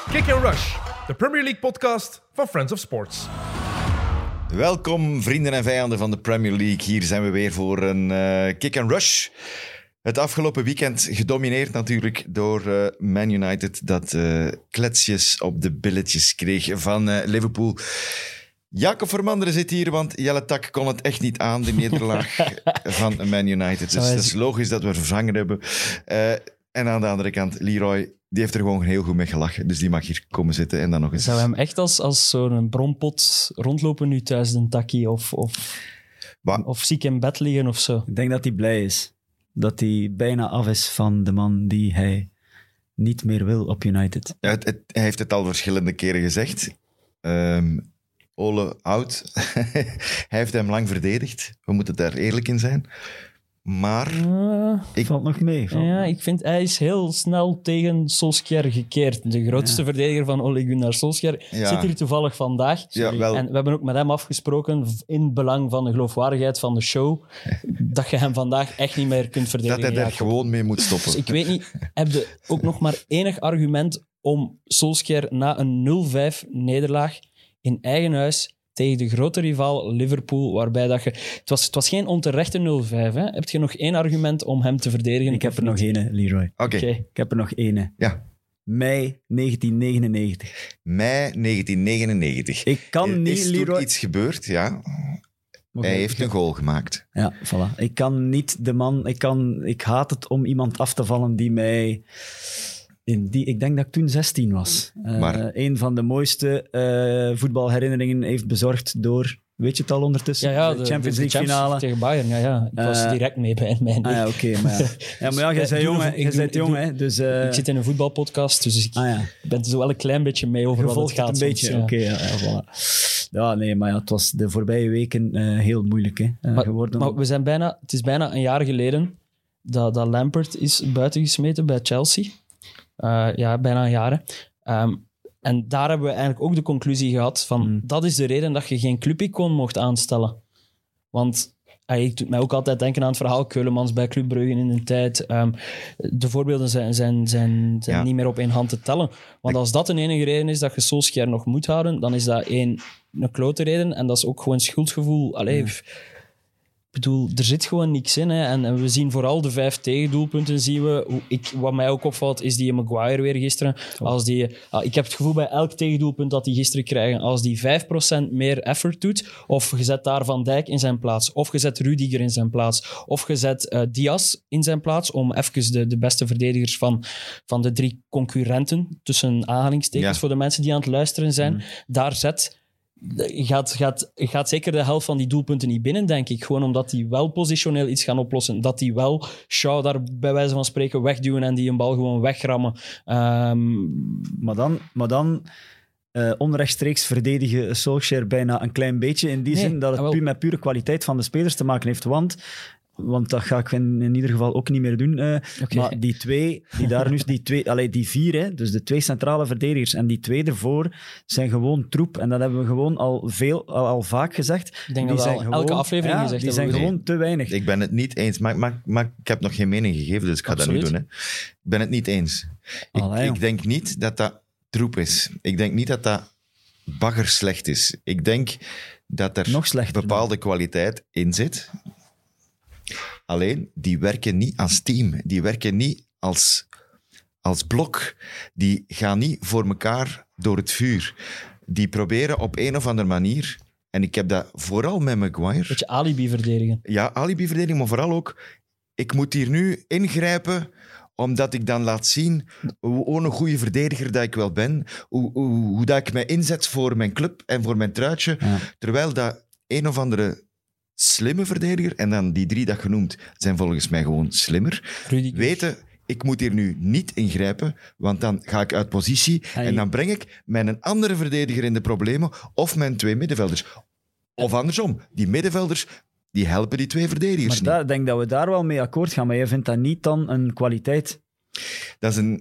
Kick and Rush, de Premier League podcast van Friends of Sports. Welkom vrienden en vijanden van de Premier League. Hier zijn we weer voor een Kick and Rush. Het afgelopen weekend gedomineerd natuurlijk door Man United, dat kletsjes op de billetjes kreeg van Liverpool. Jacob Vermanderen zit hier, want Jelle Tak kon het echt niet aan, de nederlaag van Man United. Dus het is logisch dat we vervangen hebben. En aan de andere kant, Leroy, die heeft er gewoon heel goed mee gelachen. Dus die mag hier komen zitten en dan nog eens... Zou hem echt als zo'n bronpot rondlopen nu thuis, de takkie? Of ziek in bed liggen of zo? Ik denk dat hij blij is. Dat hij bijna af is van de man die hij niet meer wil op United. Ja, hij heeft het al verschillende keren gezegd. Ole oud. Hij heeft hem lang verdedigd. We moeten daar eerlijk in zijn. Maar... Valt nog mee. Ik vind hij is heel snel tegen Solskjaer gekeerd. De grootste verdediger van Ole Gunnar Solskjaer zit hier toevallig vandaag. Ja, en we hebben ook met hem afgesproken, in belang van de geloofwaardigheid van de show, dat je hem vandaag echt niet meer kunt verdedigen. Dat hij daar gewoon mee moet stoppen. Dus ik weet niet, heb je ook nog maar enig argument om Solskjaer na een 0-5 nederlaag in eigen huis tegen de grote rivaal Liverpool, waarbij dat je... Het was geen onterechte 0-5, hè? Heb je nog één argument om hem te verdedigen? Ik heb er nog één, Leroy. Oké. Ik heb er nog één. Ja. Mei 1999. Mei 1999. Ik kan niet, is Leroy... toen iets gebeurd, ja. Hij heeft een goal gemaakt. Ja, voilà. Ik kan niet de man... Ik haat het om iemand af te vallen die mij... Ik denk dat ik toen 16 was. Maar... Een van de mooiste voetbalherinneringen heeft bezorgd door... Weet je het al ondertussen? Ja, de Champions League finale. Tegen Bayern, ja. Ik was direct mee bij mijn ja, oké. Maar jij bent jong, hè? Dus, ik zit in een voetbalpodcast, dus ik ben er zo wel een klein beetje mee over wat het gaat. Een beetje, oké. Voilà. Ja, nee, maar het was de voorbije weken heel moeilijk geworden. Maar het is bijna een jaar geleden dat Lampard is buitengesmeten bij Chelsea. Bijna een jaar. En daar hebben we eigenlijk ook de conclusie gehad van dat is de reden dat je geen clubicoon mocht aanstellen. Want ik doet mij ook altijd denken aan het verhaal Keulemans bij Club Brugge in de tijd. De voorbeelden zijn niet meer op één hand te tellen. Want als dat de enige reden is dat je Solskjaer nog moet houden, dan is dat een klote reden. En dat is ook gewoon schuldgevoel. Ik bedoel, er zit gewoon niks in. Hè. En we zien vooral de 5 tegendoelpunten. Zien we. Wat mij ook opvalt, is die Maguire weer gisteren. Ik heb het gevoel bij elk tegendoelpunt dat die gisteren krijgen, als die 5% meer effort doet, of je zet daar Van Dijk in zijn plaats, of je zet Rudiger in zijn plaats, of je zet Diaz in zijn plaats, om even de beste verdedigers van de 3 concurrenten, tussen aanhalingstekens, voor de mensen die aan het luisteren zijn, daar zet... Gaat zeker de helft van die doelpunten niet binnen, denk ik. Gewoon omdat die wel positioneel iets gaan oplossen. Dat die wel Shaw daar bij wijze van spreken wegduwen en die een bal gewoon wegrammen. Maar dan onrechtstreeks verdedigen Solskjaer bijna een klein beetje. In die zin dat het met pure kwaliteit van de spelers te maken heeft. Want dat ga ik in ieder geval ook niet meer doen. Maar die die 4, hè, dus de 2 centrale verdedigers en die 2 ervoor, zijn gewoon troep. En dat hebben we gewoon al vaak gezegd. Ik denk dat we elke aflevering gezegd die zijn gewoon te weinig. Ik ben het niet eens, maar ik heb nog geen mening gegeven, dus ik ga dat nu doen. Hè. Ik ben het niet eens. Ik denk niet dat dat troep is. Ik denk niet dat dat bagger slecht is. Ik denk dat er bepaalde kwaliteit in zit. Alleen, die werken niet als team. Die werken niet als blok. Die gaan niet voor elkaar door het vuur. Die proberen op een of andere manier... En ik heb dat vooral met Maguire... Beetje alibi verdedigen. Ja, alibi verdedigen, maar vooral ook... Ik moet hier nu ingrijpen, omdat ik dan laat zien hoe een goede verdediger dat ik wel ben. Hoe dat ik mij inzet voor mijn club en voor mijn truitje. Ja. Terwijl dat een of andere... slimme verdediger, en dan die 3 dat je noemt, zijn volgens mij gewoon slimmer. Rudiger. Weten, ik moet hier nu niet ingrijpen, want dan ga ik uit positie en dan breng ik mijn andere verdediger in de problemen, of mijn 2 middenvelders. Of andersom, die middenvelders, die helpen die 2 verdedigers maar niet. Ik denk dat we daar wel mee akkoord gaan, maar je vindt dat niet dan een kwaliteit? Dat is een...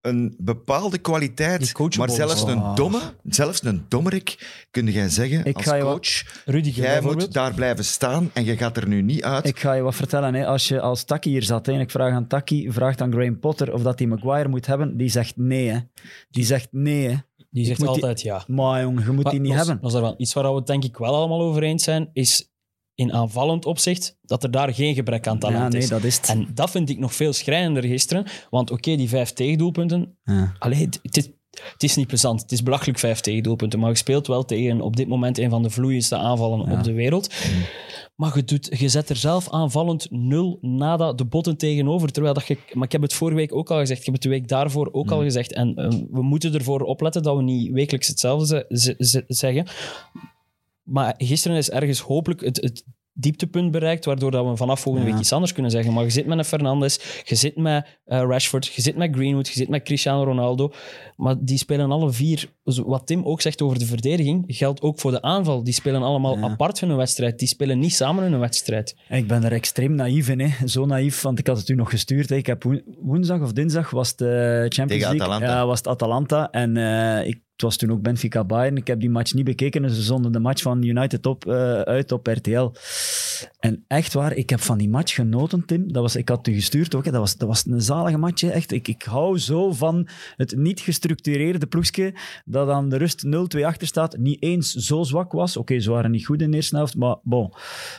een bepaalde kwaliteit, maar zelfs een dommerik, kun jij zeggen als coach, Rudiger, jij moet daar blijven staan en je gaat er nu niet uit. Ik ga je wat vertellen. Hè. Als je als Taki hier zat en ik vraag aan Taki, vraagt aan Graham Potter of dat hij Maguire moet hebben, die zegt nee. Hè. Die zegt Die zegt altijd ja. Maar jongen, je moet die niet hebben. Dat is er wel iets waar we het denk ik wel allemaal over eens zijn, is in aanvallend opzicht dat er daar geen gebrek aan talent is. Dat is het. En dat vind ik nog veel schrijnender gisteren. Want oké, die 5 tegendoelpunten... Ja. Allee, het is niet plezant. Het is belachelijk 5 tegendoelpunten. Maar je speelt wel tegen op dit moment een van de vloeiendste aanvallen op de wereld. Maar je zet er zelf aanvallend 0 nada de botten tegenover. Terwijl dat maar ik heb het vorige week ook al gezegd. Ik heb het de week daarvoor ook al gezegd. En we moeten ervoor opletten dat we niet wekelijks hetzelfde zeggen. Maar gisteren is ergens hopelijk het dieptepunt bereikt, waardoor dat we vanaf volgende week iets anders kunnen zeggen. Maar je zit met een Fernandes, je zit met Rashford, je zit met Greenwood, je zit met Cristiano Ronaldo. Maar die spelen alle 4. Wat Tim ook zegt over de verdediging, geldt ook voor de aanval. Die spelen allemaal apart hun wedstrijd. Die spelen niet samen hun wedstrijd. Ik ben er extreem naïef in. Hè. Zo naïef, want ik had het u nog gestuurd. Hè. Ik heb woensdag of dinsdag was de Champions League. Atalanta. Ja, was het Atalanta. En het was toen ook Benfica Bayern. Ik heb die match niet bekeken. Dus ze zonden de match van United uit op RTL. En echt waar, ik heb van die match genoten, Tim. Ik had u gestuurd ook. Hè. Dat was een zalige match. Hè. Echt, ik hou zo van het niet gestructureerde ploegje dat aan de rust 0-2 achter staat. Niet eens zo zwak was. Oké, ze waren niet goed in de eerste helft, maar bon.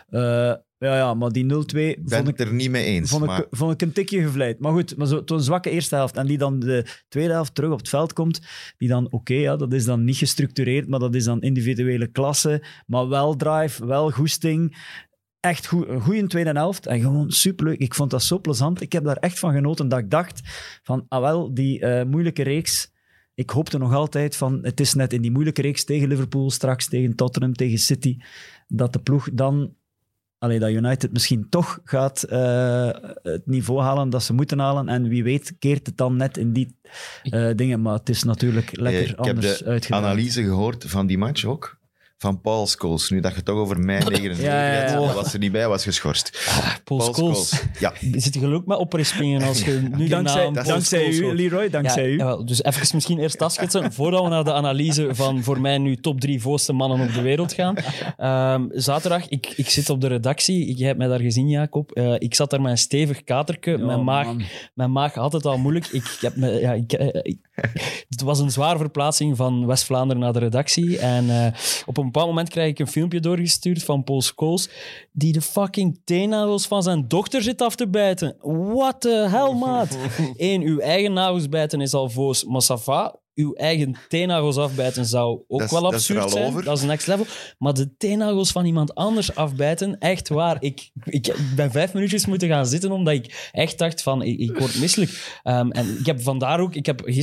Maar die 0-2... Ben ik er niet mee eens. Vond ik een tikje gevleid. Maar goed, maar zo'n zwakke eerste helft. En die dan de tweede helft terug op het veld komt. Die dan, dat is dan niet gestructureerd, maar dat is dan individuele klasse. Maar wel drive, wel goesting. Echt goed, een goede tweede helft. En gewoon superleuk. Ik vond dat zo plezant. Ik heb daar echt van genoten dat ik dacht van, die moeilijke reeks... Ik hoopte nog altijd van, het is net in die moeilijke reeks tegen Liverpool, straks tegen Tottenham, tegen City, dat de ploeg dan... dat United misschien toch gaat het niveau halen dat ze moeten halen. En wie weet keert het dan net in die dingen. Maar het is natuurlijk lekker anders uitgedaan. Ik heb de analyse gehoord van die match ook. Van Paul Scholes. Nu dat je het toch over mei 99 was er niet bij, was geschorst. Paul Scholes. Ja. Zit je geluk met opperspringen als je nu dankzij u, Leroy, dankzij u. Ja, dus even misschien eerst afschetsen, voordat we naar de analyse van voor mij nu top 3 voorste mannen op de wereld gaan. Zaterdag, ik zit op de redactie. Je hebt mij daar gezien, Jacob. Ik zat daar met een stevig katerke. Mijn maag had het al moeilijk. Het was een zware verplaatsing van West-Vlaanderen naar de redactie. En op een bepaald moment krijg ik een filmpje doorgestuurd van Paul Scholes die de fucking teennagels van zijn dochter zit af te bijten. What the hell, maat? Uw eigen nagels bijten is al voos, maar ça va. Uw eigen teennagels afbijten zou ook wel absurd zijn. Dat is next level. Maar de teennagels van iemand anders afbijten, echt waar. Ik ben 5 minuutjes moeten gaan zitten, omdat ik echt dacht van, ik word misselijk. En ik heb vandaar ook,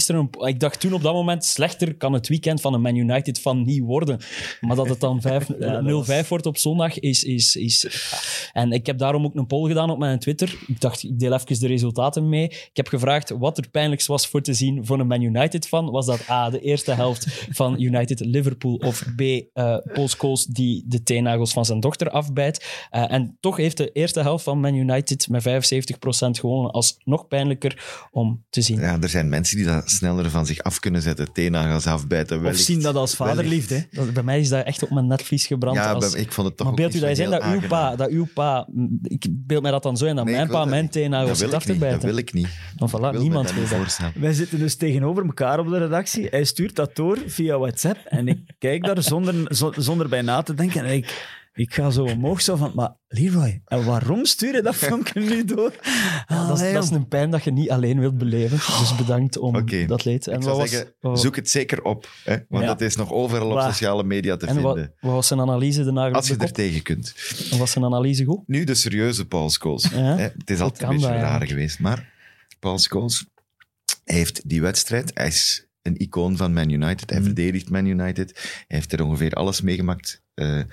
ik dacht toen op dat moment, slechter kan het weekend van een Man United van niet worden. Maar dat het dan 0-5 wordt op zondag is... En ik heb daarom ook een poll gedaan op mijn Twitter. Ik dacht, ik deel even de resultaten mee. Ik heb gevraagd wat er pijnlijkst was voor te zien voor een Man United fan. Was dat A, de eerste helft van United-Liverpool, of B, Paul Scholes die de teennagels van zijn dochter afbijt. En toch heeft de eerste helft van Man United met 75% gewonnen als nog pijnlijker om te zien. Ja, er zijn mensen die dat sneller van zich af kunnen zetten, teennagels afbijten. Of zien dat als vaderliefde. Bij mij is dat echt op mijn netvlies gebrand. Ja, ik vond het toch maar beeld u dat je dat uw pa... Ik beeld mij dat dan zo in, dat mijn pa mijn teennagels zit af te bijten. Dat wil ik niet. Dan voilà, niemand wil dat. Wij zitten dus tegenover elkaar op de redactie. Hij stuurt dat door via WhatsApp en ik kijk daar zonder bij na te denken. En ik ga zo omhoog, zo van, maar Leroy, en waarom stuur je dat filmpje nu door? Dat is een pijn dat je niet alleen wilt beleven. Dus bedankt om dat leed. En ik zou zeggen, zoek het zeker op. Hè? Want het is nog overal op sociale media te vinden. Wat was zijn analyse de nagel? Als je er tegen kunt. En was zijn analyse goed? Nu de serieuze Paul Scholes. Het is altijd een beetje raar geweest. Maar Paul Scholes heeft die wedstrijd... Hij is een icoon van Man United. Hij verdedigt Man United. Hij heeft er ongeveer alles meegemaakt.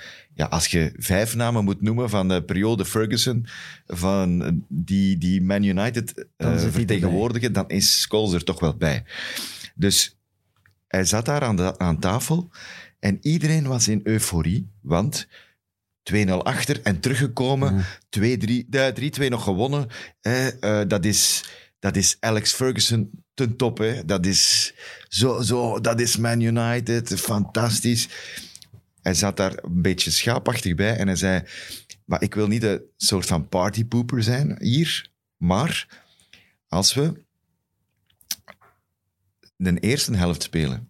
Als je 5 namen moet noemen van de periode Ferguson, van die Man United vertegenwoordigen, dan is Scholes er toch wel bij. Dus hij zat daar aan tafel en iedereen was in euforie, want 2-0 achter en teruggekomen, 3-2 nog gewonnen. Dat is Alex Ferguson ten top. Hè. Dat is dat is Man United, fantastisch. Hij zat daar een beetje schaapachtig bij en hij zei, maar ik wil niet een soort van partypooper zijn hier, maar als we de eerste helft spelen,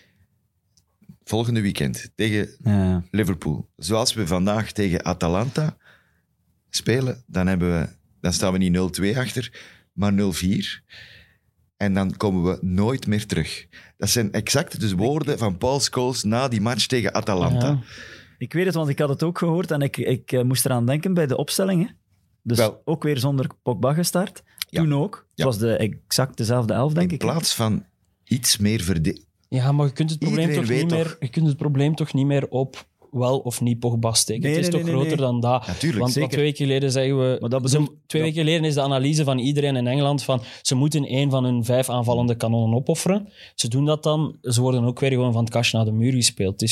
volgende weekend tegen Liverpool, zoals we vandaag tegen Atalanta spelen, dan staan we niet 0-2 achter, maar 0-4. En dan komen we nooit meer terug. Dat zijn exact de woorden van Paul Scholes na die match tegen Atalanta. Ja. Ik weet het, want ik had het ook gehoord en ik moest eraan denken bij de opstellingen. Dus ook weer zonder Pogba gestart. Ja. Toen ook. Het was exact dezelfde 11, denk ik. In plaats van iets meer verdedigen. Ja, maar je kunt het probleem toch niet meer op wel of niet Pogba steken. Het is toch groter dan dat. Natuurlijk, want zeker. 2 weken geleden zeggen we... Twee weken geleden is de analyse van iedereen in Engeland van ze moeten 1 van hun 5 aanvallende kanonnen opofferen. Ze doen dat dan. Ze worden ook weer gewoon van het kastje naar de muur gespeeld. Het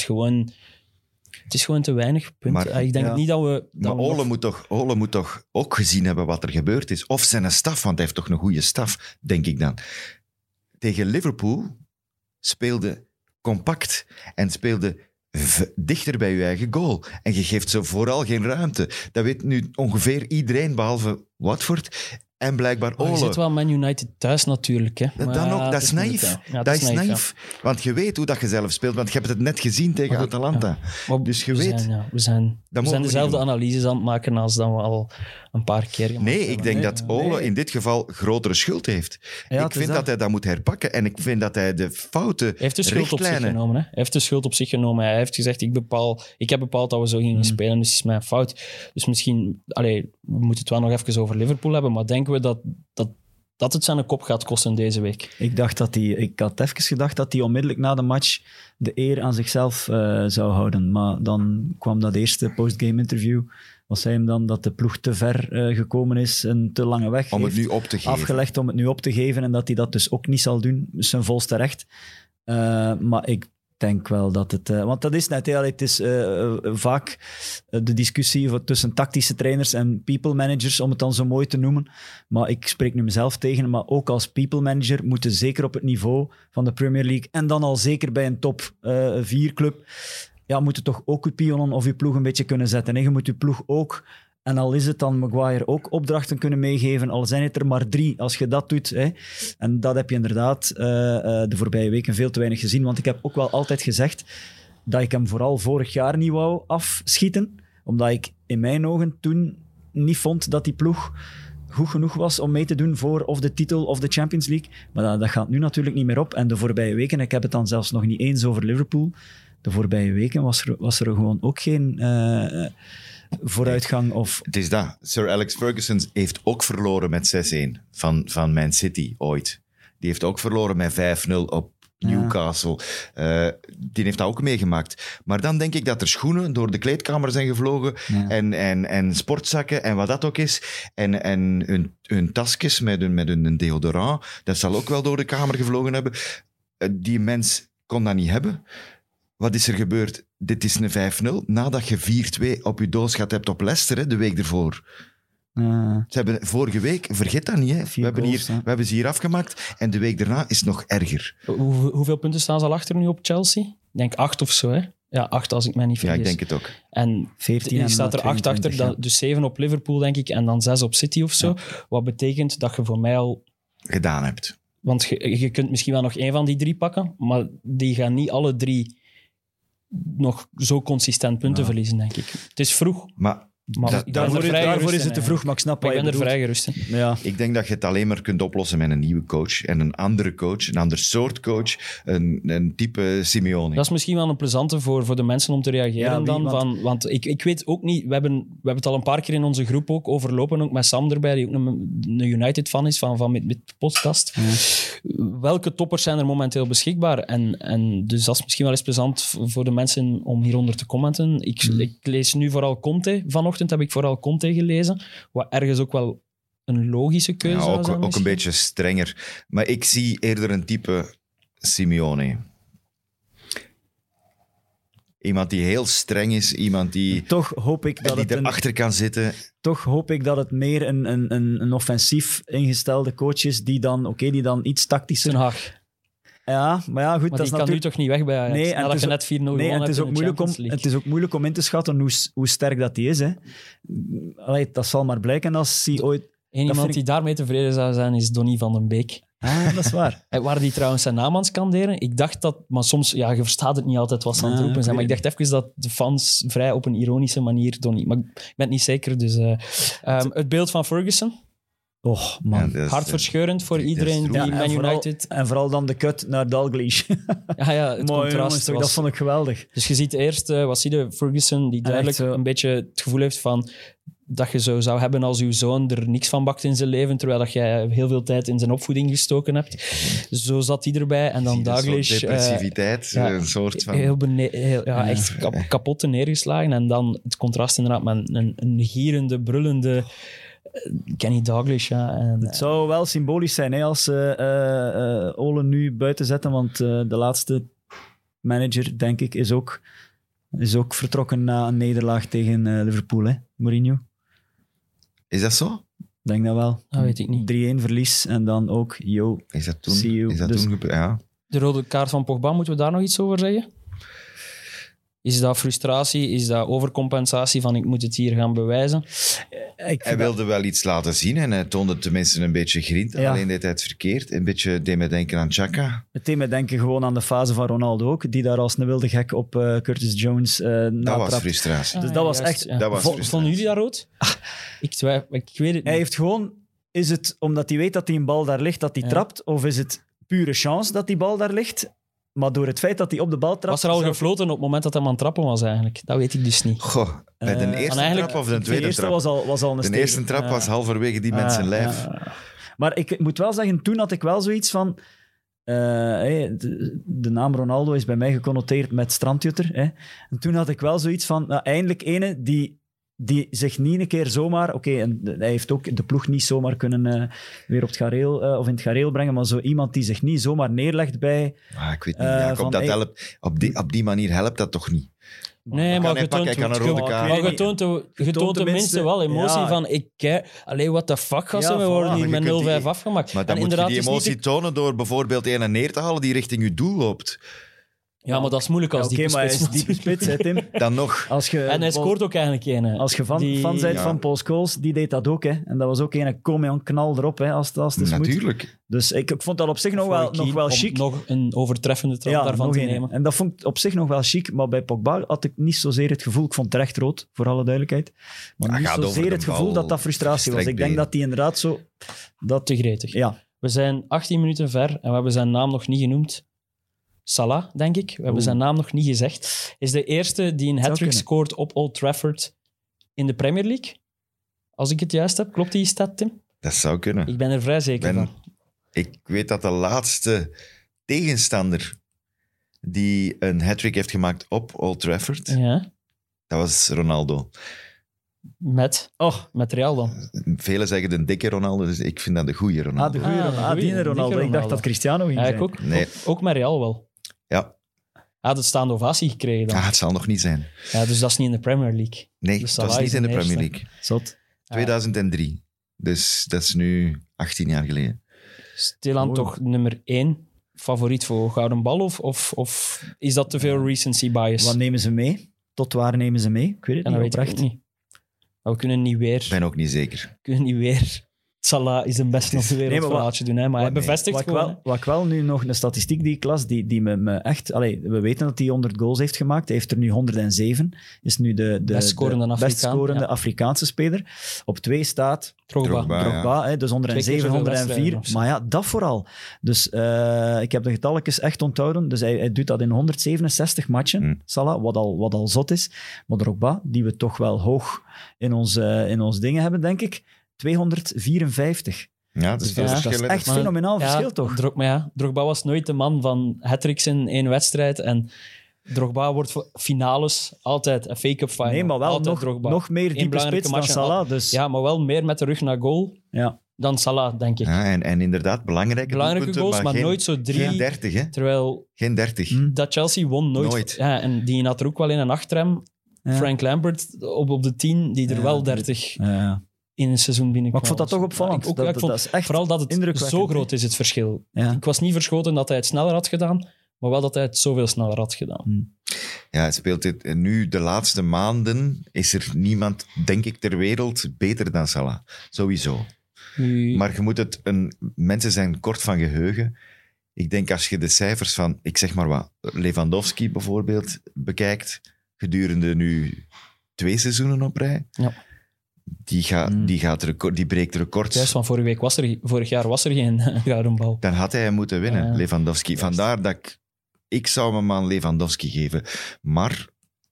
is gewoon te weinig punten. Maar, ik denk niet dat we... Maar Ole moet toch ook gezien hebben wat er gebeurd is. Of zijn staf, want hij heeft toch een goede staf, denk ik dan. Tegen Liverpool speelde compact en speelde dichter bij je eigen goal. En je geeft ze vooral geen ruimte. Dat weet nu ongeveer iedereen, behalve Watford en blijkbaar Ole. Je zit wel Man United thuis natuurlijk. Hè. Maar dan ook, dat is naïef. Dat is naïef. Ja. Want je weet hoe dat je zelf speelt, want je hebt het net gezien tegen Atalanta. Ja. Dus je weet... We zijn dezelfde analyses aan het maken als dan we al een paar keer gemaakt hebben. Ik denk dat Ole in dit geval grotere schuld heeft. Ja, ik vind dat hij dat moet herpakken en ik vind dat hij de foute Hij heeft de schuld op zich genomen. Hè? Hij heeft de schuld op zich genomen. Hij heeft gezegd, ik heb bepaald dat we zo gingen spelen, dus het is mijn fout. Dus misschien... we moeten het wel nog even over Liverpool hebben, maar denken we dat het zijn kop gaat kosten deze week? Ik had even gedacht dat hij onmiddellijk na de match de eer aan zichzelf zou houden. Maar dan kwam dat eerste postgame interview. Was hij hem dan dat de ploeg te ver gekomen is, een te lange weg om het nu op te geven. Afgelegd om het nu op te geven en dat hij dat dus ook niet zal doen. Dus zijn volste recht. Maar ik denk wel dat het... want dat is net, het is vaak de discussie tussen tactische trainers en people managers, om het dan zo mooi te noemen. Maar ik spreek nu mezelf tegen, maar ook als people manager moeten zeker op het niveau van de Premier League en dan al zeker bij een top 4 club, moet je toch ook je pionnen of je ploeg een beetje kunnen zetten. En je moet je ploeg ook... En al is het dan Maguire ook opdrachten kunnen meegeven, al zijn het er maar 3 als je dat doet. Hè. En dat heb je inderdaad de voorbije weken veel te weinig gezien. Want ik heb ook wel altijd gezegd dat ik hem vooral vorig jaar niet wou afschieten. Omdat ik in mijn ogen toen niet vond dat die ploeg goed genoeg was om mee te doen voor of de titel of de Champions League. Maar dat gaat nu natuurlijk niet meer op. En de voorbije weken, ik heb het dan zelfs nog niet eens over Liverpool, de voorbije weken was er gewoon ook geen... vooruitgang of... Het is dat. Sir Alex Ferguson heeft ook verloren met 6-1 van Man City ooit. Die heeft ook verloren met 5-0 op Newcastle. Die heeft dat ook meegemaakt. Maar dan denk ik dat er schoenen door de kleedkamer zijn gevlogen en sportzakken en wat dat ook is. En hun tasjes met hun deodorant, dat zal ook wel door de kamer gevlogen hebben. Die mens kon dat niet hebben. Wat is er gebeurd? Dit is een 5-0 nadat je 4-2 op je doos hebt op Leicester, hè, de week ervoor. Ze hebben vorige week, vergeet dat niet, hè. We hebben ze hier afgemaakt en de week daarna is het nog erger. Hoeveel punten staan ze al achter nu op Chelsea? Ik denk 8 of zo, hè? Ja, 8 als ik mij niet vergis. Ja, ik denk het ook. En 14 je staat er 8 achter, dus 7 op Liverpool, denk ik, en dan 6 op City of zo. Ja. Wat betekent dat je voor mij al... gedaan hebt. Want je kunt misschien wel nog 1 van die 3 pakken, maar die gaan niet alle 3... nog zo consistent punten verliezen, denk ik. Het is vroeg. Maar daarvoor is het te vroeg, maar ik snap wat je bedoelt. Ik ben er vrij gerust. Ja. Ik denk dat je het alleen maar kunt oplossen met een nieuwe coach en een andere coach, een ander soort coach, een type Simeone. Dat is misschien wel een plezante voor de mensen om te reageren want ik weet ook niet, we hebben het al een paar keer in onze groep ook overlopen, ook met Sam erbij, die ook een United-fan is van met de podcast. Ja. Welke toppers zijn er momenteel beschikbaar? En dus dat is misschien wel eens plezant voor de mensen om hieronder te commenten. Ik lees nu vooral Conte. Vanochtend heb ik vooral Conte gelezen, wat ergens ook wel een logische keuze is. Ook een beetje strenger. Maar ik zie eerder een type Simeone. Iemand die heel streng is, iemand die, toch hoop ik dat die erachter kan zitten. Toch hoop ik dat het meer een offensief ingestelde coach is die dan iets tactischer... Ten Haag. Ja, maar ja, goed. Maar dat die is kan nu toch niet weg bij Ajax, nee, nadat je net 4-0 gewonnen hebt in de Champions League. Het is ook moeilijk om in te schatten hoe sterk dat die is. Hè. Allee, dat zal maar blijken als hij ooit... Iemand die daarmee tevreden zou zijn, is Donny van den Beek. Ah, dat is waar. Waar die trouwens zijn naam aan het scanderen. Ik dacht dat... Maar soms, je verstaat het niet altijd wat ze aan het roepen zijn. Maar ik dacht even dat de fans vrij op een ironische manier Donny... Maar ik ben het niet zeker, dus... het beeld van Ferguson. Oh, man. Ja, Hartverscheurend voor iedereen die Man United... En vooral dan de cut naar Dalglish. Het contrast was... Dat vond ik geweldig. Dus je ziet eerst, Ferguson, die duidelijk een beetje het gevoel heeft van... dat je zo zou hebben als uw zoon er niks van bakt in zijn leven, terwijl dat jij heel veel tijd in zijn opvoeding gestoken hebt. Zo zat hij erbij. En dan Dalglish... depressiviteit, een soort van... echt kapot en neergeslagen. En dan het contrast inderdaad met een gierende, brullende... Kenny Dalglish, het zou wel symbolisch zijn als ze Ole nu buiten zetten, want de laatste manager, denk ik, is ook vertrokken na een nederlaag tegen Liverpool, hè? Mourinho. Is dat zo? Denk dat wel. Dat weet ik niet. 3-1 verlies en dan ook, is dat toen, see you. Is dat toen gebeurd? Ja. De rode kaart van Pogba, moeten we daar nog iets over zeggen? Is dat frustratie? Is dat overcompensatie van ik moet het hier gaan bewijzen? Hij wilde wel iets laten zien en hij toonde tenminste een beetje grind. Ja. Alleen deed hij het verkeerd. Een beetje deed me denken aan Xhaka. Het deed me denken gewoon aan de fase van Ronaldo ook, die daar als een wilde gek op Curtis Jones dat was frustratie. Dus dat was echt... Ja. Dat was vonden jullie dat rood? Ik weet het niet. Hij heeft gewoon... Is het omdat hij weet dat die een bal daar ligt, dat hij trapt? Of is het pure chance dat die bal daar ligt? Maar door het feit dat hij op de bal trapt... Was er al gefloten op het moment dat hij aan het trappen was eigenlijk? Dat weet ik dus niet. Goh, bij de eerste trap of de tweede trap? Was al een de eerste trap was halverwege die mensen lijf. Maar ik moet wel zeggen, toen had ik wel zoiets van... de naam Ronaldo is bij mij geconnoteerd met strandjutter. En toen had ik wel zoiets van... eindelijk ene die zich niet een keer zomaar... en hij heeft ook de ploeg niet zomaar kunnen weer op het gareel of in het gareel brengen, maar zo iemand die zich niet zomaar neerlegt bij... Ik weet niet, Jacob, dat helpt. Op die manier helpt dat toch niet? Nee, maar je toont tenminste wel emotie van what the fuck, gasten, we worden hier met 0-5 afgemaakt. Maar dan moet je die emotie tonen door bijvoorbeeld een neer te halen die richting je doel loopt. Ja, maar dat is moeilijk als diepe spits. Maar hij is diepe spits, hè, Tim. Dan nog. En hij scoort ook eigenlijk een. Als je fan bent van Paul Scholes, die deed dat ook. Hè. En dat was ook een knal erop, hè, als het is natuurlijk. Moet. Dus ik vond dat op zich nog wel chic. Nog een overtreffende trap daarvan te nemen. En dat vond ik op zich nog wel chic, maar bij Pogba had ik niet zozeer het gevoel... Ik vond het terecht rood, voor alle duidelijkheid. Maar niet zozeer het gevoel dat frustratie was. Ik denk dat hij inderdaad zo... Te gretig. Ja. We zijn 18 minuten ver en we hebben zijn naam nog niet genoemd. Salah, denk ik. We hebben zijn naam nog niet gezegd. Is de eerste die een hat-trick scoort op Old Trafford in de Premier League. Als ik het juist heb. Klopt die stat, Tim? Dat zou kunnen. Ik ben er vrij zeker van. Ik weet dat de laatste tegenstander die een hat-trick heeft gemaakt op Old Trafford, dat was Ronaldo. Met Real dan? Velen zeggen de dikke Ronaldo, dus ik vind dat de goede Ronaldo. Die Ronaldo. Ik dacht dat Cristiano ging zijn. Ook met Real wel. Ja. Hij had het staande ovatie gekregen dan. Het zal nog niet zijn. Ja, dus dat is niet in de Premier League. Nee, dus dat is niet in de Premier League. Zot. 2003. Dus dat is nu 18 jaar geleden. Stilaan toch nummer 1 favoriet voor Gouden Bal? Of is dat te veel recency bias? Wat nemen ze mee? Tot waar nemen ze mee? Ik weet het niet. Dat weet ik niet. Maar we kunnen niet weer... Ik ben ook niet zeker. We kunnen niet weer... Salah is een beste op de wereld verhaaltje doen, hè, maar hij bevestigt gewoon. Wat ik wel nu nog een statistiek die ik las, die me echt... we weten dat hij 100 goals heeft gemaakt. Hij heeft er nu 107. Is nu de best scorende Afrikaanse speler. Op 2 staat... Drogba, dus 107, 104. Maar ja, dat vooral. Dus ik heb de getalletjes echt onthouden. Dus hij doet dat in 167 matchen, Salah, wat al zot is. Maar Drogba, die we toch wel hoog in ons dingen hebben, denk ik... 254. Ja, dat is echt fenomenaal verschil, toch? Drogba was nooit de man van hat-tricks in 1 wedstrijd. En Drogba wordt voor finales altijd een fake-up final. Nee, maar wel nog meer diepe spits dan Salah. Dus. Ja, maar wel meer met de rug naar goal dan Salah, denk ik. Ja, en inderdaad, belangrijke goals, maar geen, nooit zo 3. Geen 30, hè? Terwijl geen 30. Dat Chelsea won nooit. Ja, en die had er ook wel in een achterrem. Ja. Frank Lampard op de 10, die er wel 30 in een seizoen binnenkwam. Maar ik vond dat toch opvallend. Ik vond vooral dat het zo groot is, het verschil. Ja. Ik was niet verschoten dat hij het sneller had gedaan, maar wel dat hij het zoveel sneller had gedaan. Ja, hij speelt dit. Nu, de laatste maanden, is er niemand, denk ik, ter wereld beter dan Salah. Sowieso. Maar je moet het... mensen zijn kort van geheugen. Ik denk, als je de cijfers van, ik zeg maar wat, Lewandowski bijvoorbeeld bekijkt, gedurende nu 2 seizoenen op rij, die breekt records. Juist, van vorig jaar was er geen gouden bal. Dan had hij hem moeten winnen, Lewandowski. Juist. Vandaar dat ik zou hem aan Lewandowski geven. Maar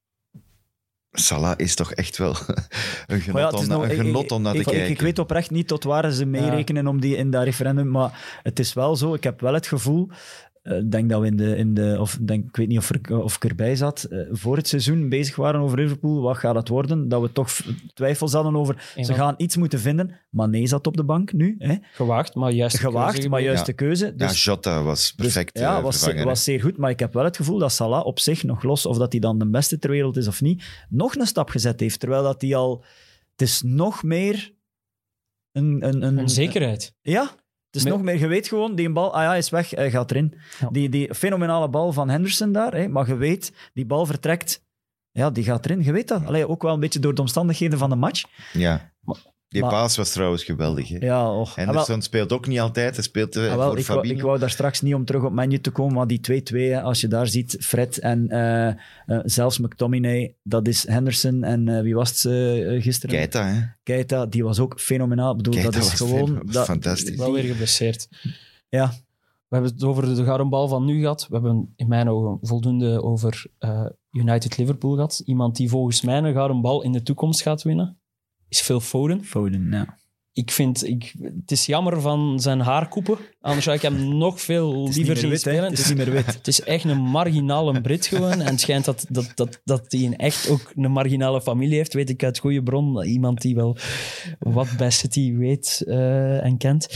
Salah is toch echt wel een genot om naar te kijken. Ik weet oprecht niet tot waar ze meerekenen om die in dat referendum, maar het is wel zo. Ik heb wel het gevoel, denk dat we ik weet niet of ik erbij zat, voor het seizoen bezig waren over Liverpool, wat gaat het worden? Dat we toch twijfels hadden over, ze gaan iets moeten vinden. Mané zat op de bank nu. Hè? Gewaagd, maar juiste keuze. Dus, Jota was perfect was zeer goed, maar ik heb wel het gevoel dat Salah op zich, nog los of dat hij dan de beste ter wereld is of niet, nog een stap gezet heeft, terwijl dat hij al... Het is nog meer een zekerheid. Ja. Het is nog meer, je weet gewoon, die bal is weg, hij gaat erin. Ja. Die fenomenale bal van Henderson daar, maar je weet, die bal vertrekt, die gaat erin, je weet dat. Allee, ook wel een beetje door de omstandigheden van de match. Ja, die paas was trouwens geweldig. Hè? Ja, Henderson speelt ook niet altijd, hij speelt voor Fabinho. Ik wou daar straks niet om terug op menu te komen, maar die 2-2, als je daar ziet, Fred en zelfs McTominay, dat is Henderson en wie was het gisteren? Keita, hè? Keita, die was ook fenomenaal. Ik bedoel, Keita dat is gewoon... fantastisch. Wel weer geblesseerd. Ja. We hebben het over de gouden bal van nu gehad. We hebben in mijn ogen voldoende over United-Liverpool gehad. Iemand die volgens mij een gouden bal in de toekomst gaat winnen, is Phil Foden. Ik vind... het is jammer van zijn haarkoepen. Anders zou ik hem nog veel liever zien spelen. Het is niet meer wit. Het is echt een marginale Brit gewoon. En het schijnt dat hij echt ook een marginale familie heeft. Weet ik uit goede bron. Iemand die wel wat bij City weet en kent.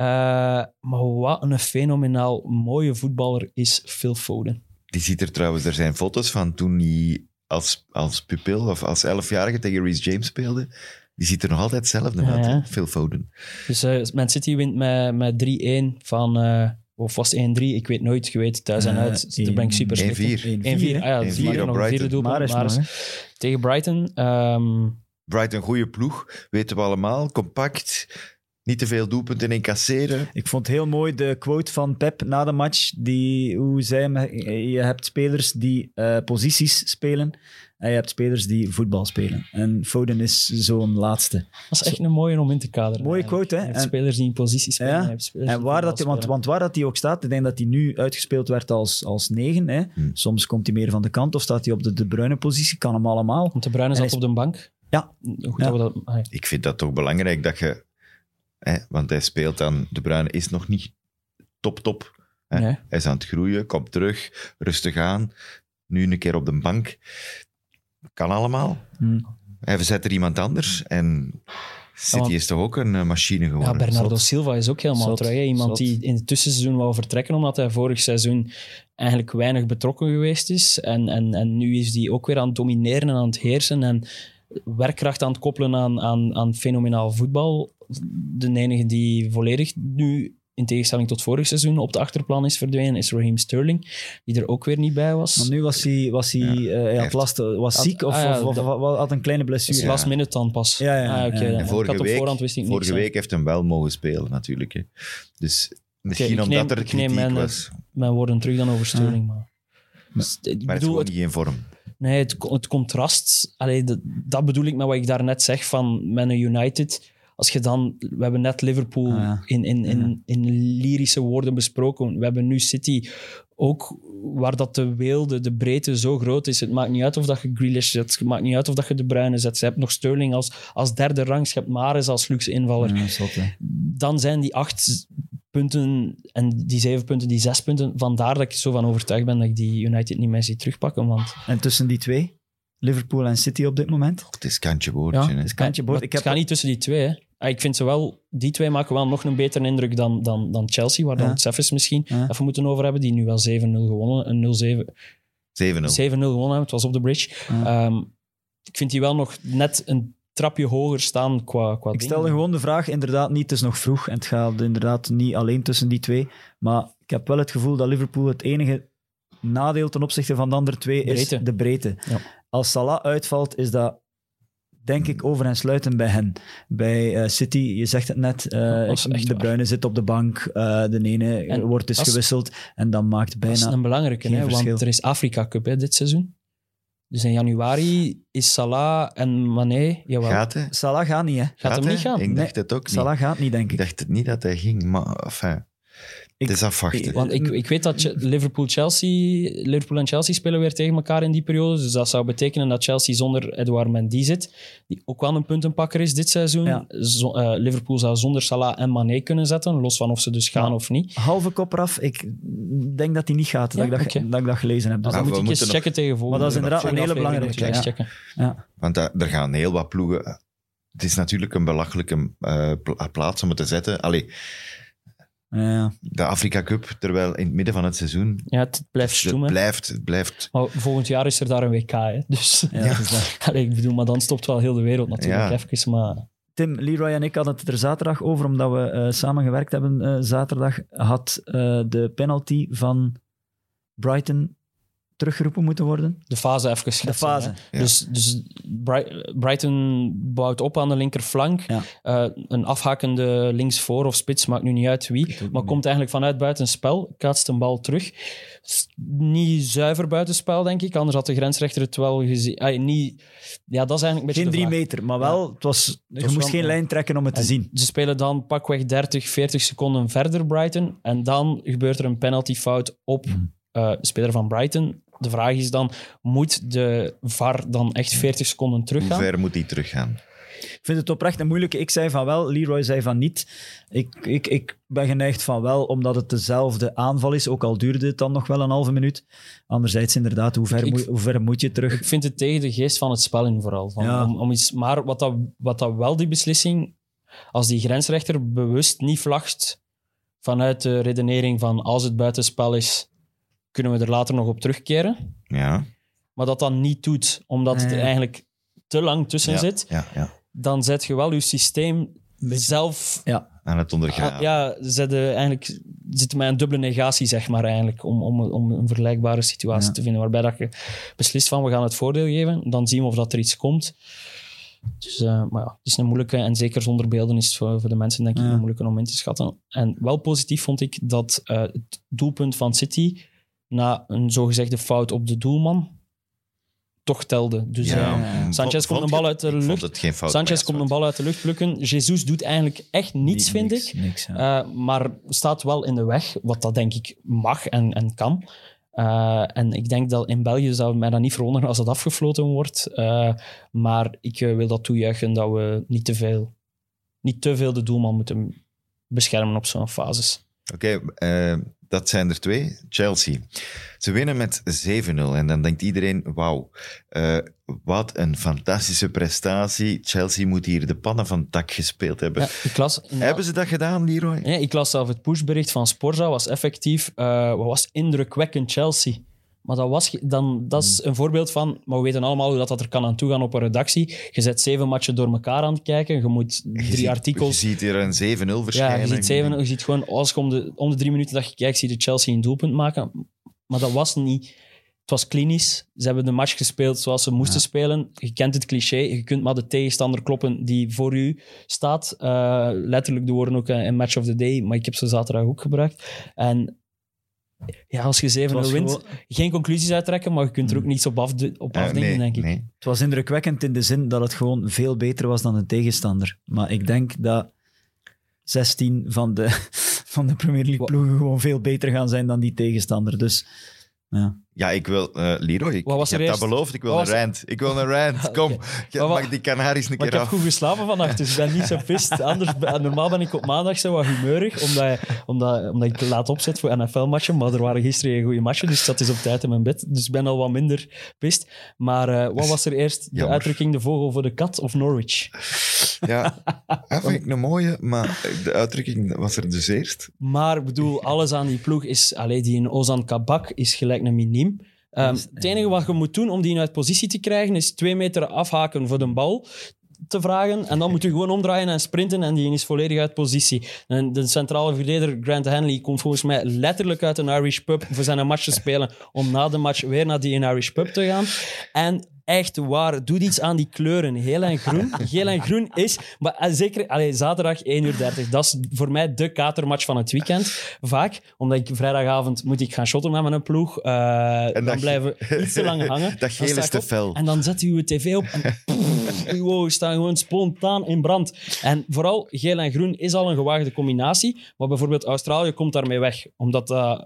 Maar wat een fenomenaal mooie voetballer is Phil Foden. Die ziet er trouwens... Er zijn foto's van toen hij als pupil of als 11-jarige tegen Reece James speelde. Die ziet er nog altijd hetzelfde uit, Phil Foden. Dus Man City wint met 3-1 van... of was het 1-3? Ik weet nooit. Je weet, thuis en uit. Daar ben ik super slecht 1-4. 1-4 op Brighton. Mahrez tegen Brighton. Brighton, goede ploeg. Weten we allemaal. Compact. Niet te veel doelpunten incasseren. Ik vond heel mooi de quote van Pep na de match. Hoe zei je hebt spelers die posities spelen en je hebt spelers die voetbal spelen. En Foden is zo'n laatste. Dat is echt een mooie om in te kaderen. Mooie quote, hè? Je hebt spelers die in posities spelen. En waar dat hij ook staat, ik denk dat hij nu uitgespeeld werd als 9. Hè? Soms komt hij meer van de kant of staat hij op de Bruyne positie. Kan hem allemaal. Want de Bruyne zat op de bank. Ja. Ik vind dat toch belangrijk dat je... want hij speelt dan... De Bruyne is nog niet top. Nee. Hij is aan het groeien, komt terug, rustig aan. Nu een keer op de bank. Kan allemaal. Hij verzet er iemand anders. En City is toch ook een machine geworden. Ja, Bernardo Silva is ook helemaal terug. Iemand die in het tussenseizoen wou vertrekken, omdat hij vorig seizoen eigenlijk weinig betrokken geweest is. En nu is hij ook weer aan het domineren en aan het heersen. En werkkracht aan het koppelen aan fenomenaal voetbal. De enige die volledig nu, in tegenstelling tot vorig seizoen, op de achterplan is verdwenen, is Raheem Sterling, die er ook weer niet bij was. Maar nu was hij was ziek of had een kleine blessure. Dus last minute dan pas. En vorige week heeft hem wel mogen spelen, natuurlijk. Hè. Dus misschien omdat er kritiek was. Mijn woorden terug dan over Sterling. Maar het is gewoon niet in vorm. Nee, het contrast, dat bedoel ik met wat ik daarnet zeg van met een United. Als je dan, we hebben net Liverpool in lyrische woorden besproken. We hebben nu City ook, waar dat de weelde, de breedte zo groot is. Het maakt niet uit of dat je Grealish zet, het maakt niet uit of dat je De Bruyne zet. Je hebt nog Sterling als derde rangs, je hebt Mahrez als luxe invaller. Dan zijn die 8 punten en die 7 punten, die 6 punten. Vandaar dat ik zo van overtuigd ben dat ik die United niet meer zie terugpakken. Want... En tussen die twee? Liverpool en City op dit moment? Het is kantje boordje. Ja, hè. Het is kantje boord. Het gaat niet tussen die twee. Hè. Ik vind ze wel, die twee maken wel nog een betere indruk dan Chelsea, waar dan het Cefs misschien even moeten over hebben, die nu wel 7-0 gewonnen, een 0-7 gewonnen hebben. Het was op de Bridge. Ik vind die wel nog net een trapje hoger staan qua Ik stelde gewoon de vraag, inderdaad niet, het is nog vroeg en het gaat inderdaad niet alleen tussen die twee, maar ik heb wel het gevoel dat Liverpool het enige nadeel ten opzichte van de andere twee is de breedte. Ja. Als Salah uitvalt, is dat denk ik over en sluiten bij hen. Bij City, je zegt het net, de Bruyne zit op de bank, de ene wordt dus gewisseld en dan maakt bijna dat is een belangrijke, want er is Afrika Cup dit seizoen. Dus in januari is Salah en Mané... Salah gaat niet, hè. Gaat hem niet gaan? Ik dacht het ook niet. Salah gaat niet, denk ik. Ik dacht het niet dat hij ging, maar enfin, het is afwachten. Want ik weet dat Liverpool en Chelsea spelen weer tegen elkaar in die periode. Dus dat zou betekenen dat Chelsea zonder Edouard Mendy zit, die ook wel een puntenpakker is dit seizoen. Ja. Liverpool zou zonder Salah en Mané kunnen zetten, los van of ze dus gaan of niet. Halve kop eraf. Ik denk dat hij niet gaat, dat ik dat gelezen heb. Dus dan moet ik eens checken tegen volgende. Maar dat is inderdaad een hele belangrijke. Want er gaan heel wat ploegen... Het is natuurlijk een belachelijke plaats om het te zetten. Allee... Ja. De Afrika Cup, terwijl in het midden van het seizoen... Ja, het blijft stoemen. Het blijft... Maar volgend jaar is er daar een WK, hè. Dus ik bedoel, maar dan stopt wel heel de wereld natuurlijk even. Maar... Tim, Leroy en ik hadden het er zaterdag over, omdat we samen gewerkt hebben zaterdag. Had de penalty van Brighton teruggeroepen moeten worden? De fase even geschetst. De fase. Ja. Dus Brighton bouwt op aan de linkerflank. Ja. Een afhakende linksvoor of spits, maakt nu niet uit wie. Maar komt eigenlijk vanuit buitenspel. Kaatst een bal terug. Niet zuiver buitenspel, denk ik. Anders had de grensrechter het wel gezien. Ja, dat is eigenlijk een beetje geen 3 meter, maar wel... Je moest geen lijn trekken om het te zien. Ze spelen dan pakweg 30, 40 seconden verder, Brighton. En dan gebeurt er een penaltyfout op de speler van Brighton. De vraag is dan, moet de VAR dan echt 40 seconden teruggaan? Hoe ver moet hij teruggaan? Ik vind het oprecht een moeilijke. Ik zei van wel, Leroy zei van niet. Ik ben geneigd van wel, omdat het dezelfde aanval is, ook al duurde het dan nog wel een halve minuut. Anderzijds inderdaad, hoe ver moet je terug? Ik vind het tegen de geest van het spel in vooral. Maar wat dat wel die beslissing, als die grensrechter bewust niet vlagt vanuit de redenering van als het buitenspel is, kunnen we er later nog op terugkeren. Ja. Maar dat dan niet doet, omdat het er eigenlijk te lang tussen zit, dan zet je wel je systeem zelf aan het ondergraven. Zitten met een dubbele negatie, zeg maar, eigenlijk, om een vergelijkbare situatie te vinden, waarbij dat je beslist van, we gaan het voordeel geven, dan zien we of dat er iets komt. Dus, maar het is een moeilijke, en zeker zonder beelden is het voor de mensen, denk ik, een moeilijke om in te schatten. En wel positief vond ik dat het doelpunt van City na een zogezegde fout op de doelman toch telde. Dus Sanchez komt een bal uit de lucht. Sanchez komt een bal uit de lucht plukken. Jesus doet eigenlijk echt niets, vind ik. Niks, maar staat wel in de weg, wat dat denk ik mag en kan. En ik denk dat in België zou mij dat niet verwonderen als dat afgefloten wordt. Maar ik wil dat toejuichen dat we niet te veel de doelman moeten beschermen op zo'n fases. Oké, dat zijn er 2. Chelsea. Ze winnen met 7-0 en dan denkt iedereen, wauw, wat een fantastische prestatie. Chelsea moet hier de pannen van het dak gespeeld hebben. Ja, hebben ze dat gedaan, Leroy? Ja, ik las zelf het pushbericht van Sporza, was effectief, was indrukwekkend Chelsea. Maar dat is een voorbeeld van, maar we weten allemaal hoe dat er kan aan toe gaan op een redactie. Je zet 7 matchen door elkaar aan het kijken, je moet 3 artikels... Je ziet hier een 7-0 verschijnen. Ja, je ziet gewoon, als je om de 3 minuten dat je kijkt, zie je Chelsea een doelpunt maken. Maar dat was niet... Het was klinisch. Ze hebben de match gespeeld zoals ze moesten spelen. Je kent het cliché. Je kunt maar de tegenstander kloppen die voor u staat. Letterlijk de woorden ook in Match of the Day, maar ik heb ze zaterdag ook gebruikt. En ja, als je 7-0 wint, geen conclusies uittrekken, maar je kunt er ook niets op afdingen, denk ik. Nee. Het was indrukwekkend in de zin dat het gewoon veel beter was dan de tegenstander. Maar ik denk dat 16 van de Premier League ploegen gewoon veel beter gaan zijn dan die tegenstander. Dus... Ja, ik wil... Leroy, ik heb dat beloofd. Ik wil een rant. Ik wil een rant. Kom, mag die Canaries een keer af. Ik heb goed geslapen vannacht, dus ik ben niet zo pist. Normaal ben ik op maandag zo wat humeurig, omdat ik laat opzet voor NFL-matchen. Maar er waren gisteren geen goede matchen, dus dat is op tijd in mijn bed. Dus ik ben al wat minder pist. Maar wat was er eerst? De uitdrukking de vogel voor de kat of Norwich? Ja, dat vind ik een mooie, maar de uitdrukking was er dus eerst. Maar ik bedoel, alles aan die ploeg is... die in Ozan Kabak is gelijk een miniem. Het enige wat je moet doen om die uit positie te krijgen, is 2 meter afhaken voor de bal te vragen. En dan moet je gewoon omdraaien en sprinten en die is volledig uit positie. En de centrale verdediger Grant Hanley komt volgens mij letterlijk uit een Irish pub voor zijn match te spelen, om na de match weer naar die Irish pub te gaan. En echt waar, doe iets aan die kleuren. Geel en groen. Geel en groen is... Maar zeker zaterdag 1:30. Dat is voor mij de katermatch van het weekend. Vaak, omdat ik vrijdagavond moet ik gaan shotten met mijn ploeg. En dan blijven we iets te lang hangen. Dat geel is te fel. En dan zet je je tv op en wow, staan gewoon spontaan in brand. En vooral geel en groen is al een gewaagde combinatie. Maar bijvoorbeeld Australië komt daarmee weg. Omdat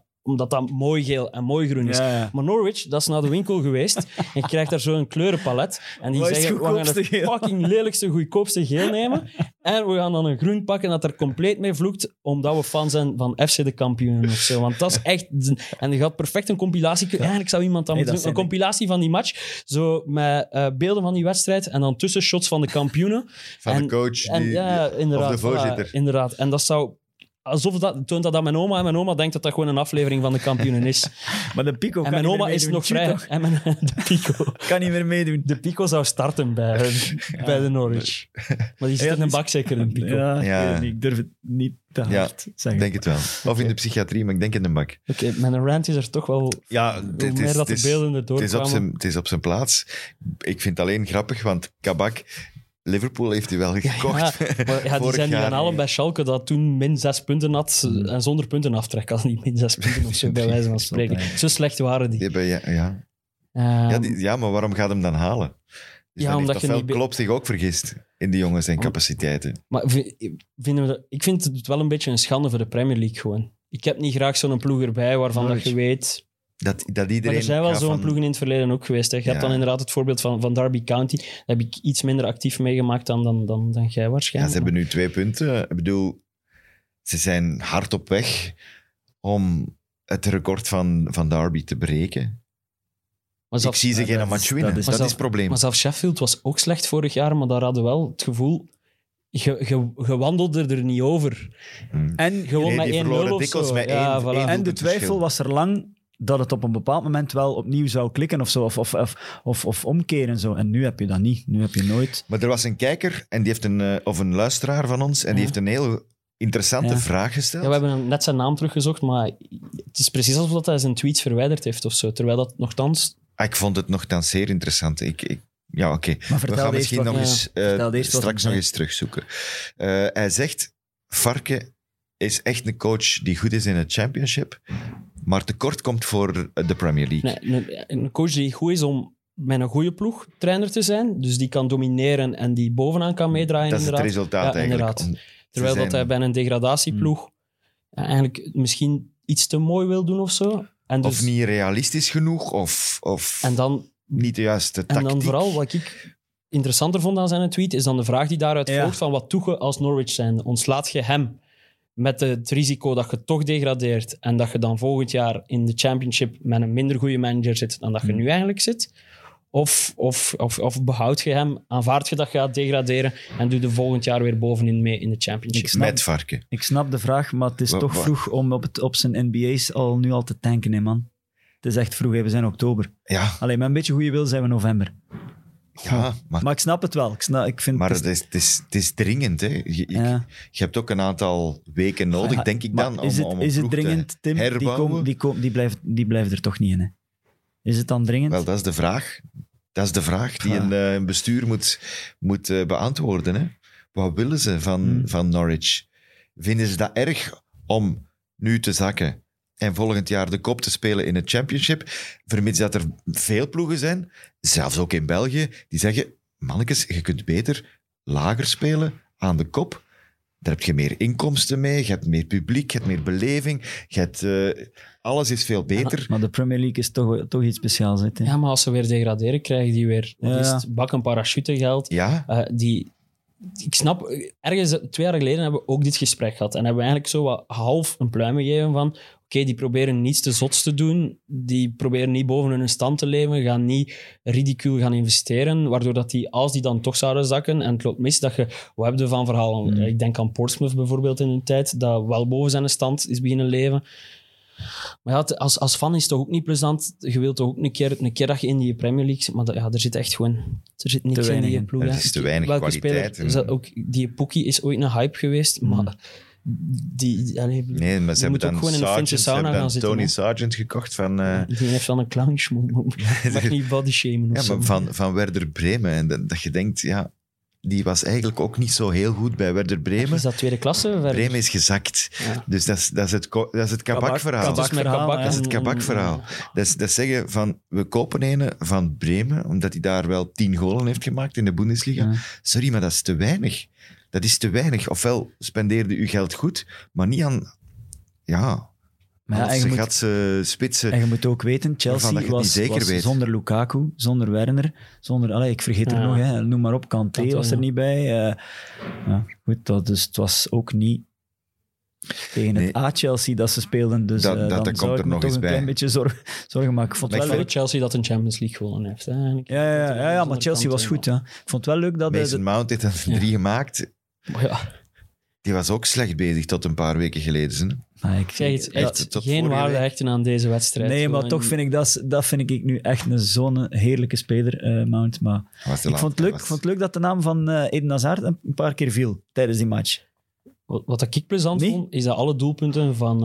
dat mooi geel en mooi groen is. Ja. Maar Norwich, dat is naar de winkel geweest. En je krijgt daar zo'n kleurenpalet. En die zeggen, we gaan het fucking lelijkste, goedkoopste geel nemen. En we gaan dan een groen pakken dat er compleet mee vloekt, omdat we fan zijn van FC de Kampioenen of zo. Want dat is echt... En je gaat perfect een compilatie... Eigenlijk zou iemand dan moeten doen. Een compilatie van die match. Zo met beelden van die wedstrijd. En dan tussenshots van de kampioenen. Van de coach of de voorzitter. Inderdaad. En dat zou... Alsof dat toont dat aan mijn oma. En mijn oma denkt dat dat gewoon een aflevering van de Kampioenen is. Maar de Pico en kan mijn oma is nog vrij. En de Pico kan niet meer meedoen. De Pico zou starten bij de Norwich. Maar die zit in een bak zeker in Pico. Ja. Ik durf het niet te hard zeggen. Ik denk het wel. Of in de psychiatrie, maar ik denk in de bak. Oké, mijn rant is er toch wel... Ja, meer dat de beelden erdoor kwamen. Het is op zijn plaats. Ik vind het alleen grappig, want Kabak... Liverpool heeft hij wel gekocht. Maar die zijn nu gaan halen bij Schalke, dat toen min 6 punten had en zonder punten aftrek. Als niet min 6 punten of zo, bij wijze van spreken. Zo slecht waren die. Maar waarom gaat hem dan halen? Dus dan omdat heeft Klopp zich ook vergist in die jongens en capaciteiten. Maar ik vind het wel een beetje een schande voor de Premier League gewoon. Ik heb niet graag zo'n ploeg erbij waarvan dat je weet... Dat iedereen maar er zijn wel zo'n ploegen in het verleden ook geweest. Hè. Je hebt dan inderdaad het voorbeeld van Derby County. Daar heb ik iets minder actief meegemaakt dan jij waarschijnlijk. Ja, ze hebben nu 2 punten. Ik bedoel, ze zijn hard op weg om het record van Derby te breken. Ik zie ze geen match winnen. Dat is het probleem. Maar zelfs Sheffield was ook slecht vorig jaar, maar daar hadden we wel het gevoel... Je wandelde er niet over. En gewoon met 1-0 of zo. En de twijfel was er lang... dat het op een bepaald moment wel opnieuw zou klikken of zo, of omkeren. Zo. En nu heb je dat niet. Nu heb je nooit... Maar er was een kijker, en die heeft een luisteraar van ons, en die heeft een heel interessante vraag gesteld. Ja, we hebben net zijn naam teruggezocht, maar het is precies alsof hij zijn tweets verwijderd heeft of zo, terwijl dat nogthans... Ik vond het nogthans zeer interessant. Oké. Maar we gaan misschien nog eens straks nog eens terugzoeken. Hij zegt, Varke is echt een coach die goed is in het Championship, maar tekort komt voor de Premier League. Nee, een coach die goed is om met een goede ploeg trainer te zijn, dus die kan domineren en die bovenaan kan meedraaien. Dat is inderdaad. het resultaat eigenlijk. Terwijl dat hij bij een degradatieploeg eigenlijk misschien iets te mooi wil doen of zo. En dus, of niet realistisch genoeg, of en dan, niet de juiste tactiek. En dan vooral, wat ik interessanter vond aan zijn tweet, is dan de vraag die daaruit volgt van wat doe je als Norwich zijn? Ontslaat je hem met het risico dat je toch degradeert en dat je dan volgend jaar in de Championship met een minder goede manager zit dan dat je nu eigenlijk zit? Of behoud je hem, aanvaard je dat je gaat degraderen en doe je volgend jaar weer bovenin mee in de Championship? Met Varken. Ik snap de vraag, maar het is toch vroeg om op zijn NBA's nu al te tanken, hè, man. Het is echt vroeg, we zijn oktober. Ja. Alleen met een beetje goede wil zijn we november. Ja, maar ik snap het wel. Het is dringend. Hè. Je hebt ook een aantal weken nodig, denk ik dan, om is het dringend, Tim? Herbouwen. Die blijven er toch niet in, hè? Is het dan dringend? Wel, dat is de vraag. Dat is de vraag die een bestuur moet beantwoorden. Hè. Wat willen ze van Norwich? Vinden ze dat erg om nu te zakken en volgend jaar de kop te spelen in het Championship? Vermits dat er veel ploegen zijn, zelfs ook in België, die zeggen, mannetjes, je kunt beter lager spelen aan de kop Daar heb je meer inkomsten mee, je hebt meer publiek, je hebt meer beleving, je hebt, alles is veel beter. Maar de Premier League is toch iets speciaals. Hè? Ja, maar als ze weer degraderen, krijgen die weer bak een parachutegeld. Ja. Ik snap, ergens 2 jaar geleden hebben we ook dit gesprek gehad. En hebben we eigenlijk zo wat half een pluim gegeven van oké, die proberen niets te zots te doen. Die proberen niet boven hun stand te leven. Gaan niet ridicuul gaan investeren. Waardoor dat die, als die dan toch zouden zakken en het loopt mis, dat je... Wat heb je van verhalen? Ik denk aan Portsmouth bijvoorbeeld in een tijd, dat wel boven zijn stand is beginnen leven. Maar ja, als fan is het toch ook niet plezant. Je wilt toch ook een keer dat je in die Premier League zit. Maar er zit echt gewoon... Er zit niks in die ploeg. Er is te weinig kwaliteit. Ook die Pukki is ooit een hype geweest, maar... maar ze hebben dan ook gewoon in een Finse sauna gaan zitten. Tony Sargent gekocht van... Die heeft dan een clownschmoel. Mag niet body shamen of ja, maar van Werder Bremen. En dat je denkt, ja... Die was eigenlijk ook niet zo heel goed bij Werder Bremen. Is dat tweede klasse? Bremen is gezakt. Ja. Dus dat is het kabakverhaal. Dat is het kabakverhaal. Dat is zeggen van, we kopen een van Bremen, omdat hij daar wel 10 golen heeft gemaakt in de Bundesliga. Ja. Sorry, maar dat is te weinig. Dat is te weinig. Ofwel spendeerde u geld goed, maar niet aan... Ja... Maar ja, spitsen. En je moet ook weten, Chelsea was zonder Lukaku, zonder Werner, zonder... ik vergeet er nog, hè, noem maar op, Kanté was er niet bij. Goed, dus het was ook niet tegen het A-Chelsea dat ze speelden. Dus dan komt zou ik me toch een klein beetje zorgen maken. Ik vond het wel leuk. Chelsea dat een Champions League gewonnen heeft. Ja, maar Chelsea was goed. Ja. Ik vond het wel leuk dat... Mason Mount heeft er 3 gemaakt. Ja. Die was ook slecht bezig tot een paar weken geleden. Ik zeg het, geen waarde hechten aan deze wedstrijd. Nee, maar toch vind ik dat vind ik nu echt zo'n heerlijke speler, Mount. Maar ik vond het leuk dat de naam van Eden Hazard een paar keer viel tijdens die match. Wat ik plezant vond, is dat alle doelpunten van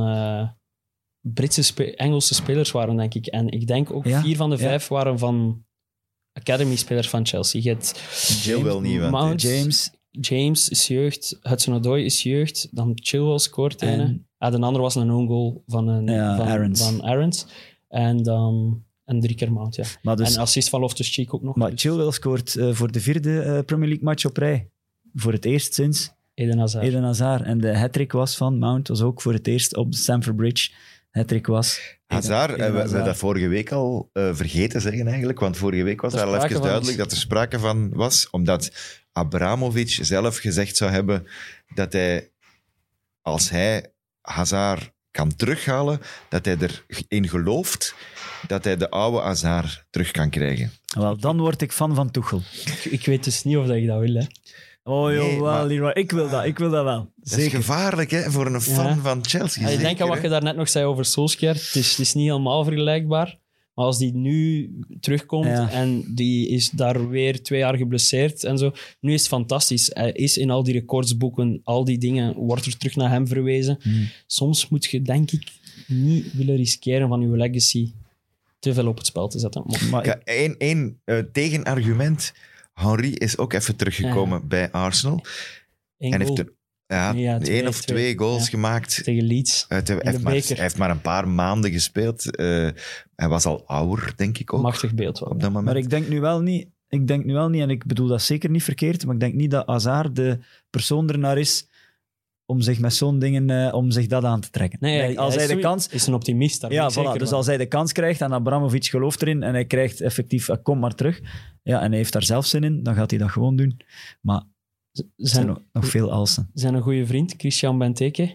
Engelse spelers waren, denk ik. En ik denk ook 4 van de 5 waren van Academy-spelers van Chelsea. Je hebt Mount, James is jeugd, Hudson-Odoi is jeugd, dan Chilwell scoort een. De andere was een own goal van Aarons. En dan 3 keer Mount, ja. En assist van Loftus-Cheek ook nog. Maar Chilwell scoort voor de 4e Premier League match op rij. Voor het eerst sinds Eden Hazard. En de hat-trick was van Mount, was ook voor het eerst op de Stamford Bridge. Hat-trick was... Hazard, we hebben dat vorige week al vergeten zeggen eigenlijk, want vorige week was al even duidelijk dat er sprake van was, omdat Abramovic zelf gezegd zou hebben dat hij, als hij Hazard kan terughalen, dat hij erin gelooft dat hij de oude Hazard terug kan krijgen. Wel, dan word ik fan van Tuchel. Ik weet dus niet of ik dat wil, hè. Oh joh, Leroy, ik wil dat wel. Dat is gevaarlijk, hè, voor een fan van Chelsea. Ik denk aan wat je daarnet nog zei over Solskjaer. Het is niet helemaal vergelijkbaar. Maar als die nu terugkomt en die is daar weer 2 jaar geblesseerd en zo, nu is het fantastisch. Hij is in al die recordsboeken, al die dingen, wordt er terug naar hem verwezen. Soms moet je, denk ik, niet willen riskeren van je legacy te veel op het spel te zetten. Maar één tegenargument... Henry is ook even teruggekomen bij Arsenal. En heeft 1 of 2 goals gemaakt. Tegen Leeds. Hij heeft maar een paar maanden gespeeld. Hij was al ouder, denk ik ook. Machtig beeld wel. Op dat moment. Maar ik denk nu wel niet, en ik bedoel dat zeker niet verkeerd, maar ik denk niet dat Hazard de persoon ernaar is om zich met zo'n dingen, om zich dat aan te trekken. Nee, als hij de kans... is een optimist. Ja, voilà, dus als hij de kans krijgt en Abramovic gelooft erin en hij krijgt effectief, kom maar terug, en hij heeft daar zelf zin in, dan gaat hij dat gewoon doen. Maar er zijn nog veel alsen. Zijn een goede vriend, Christian Benteke.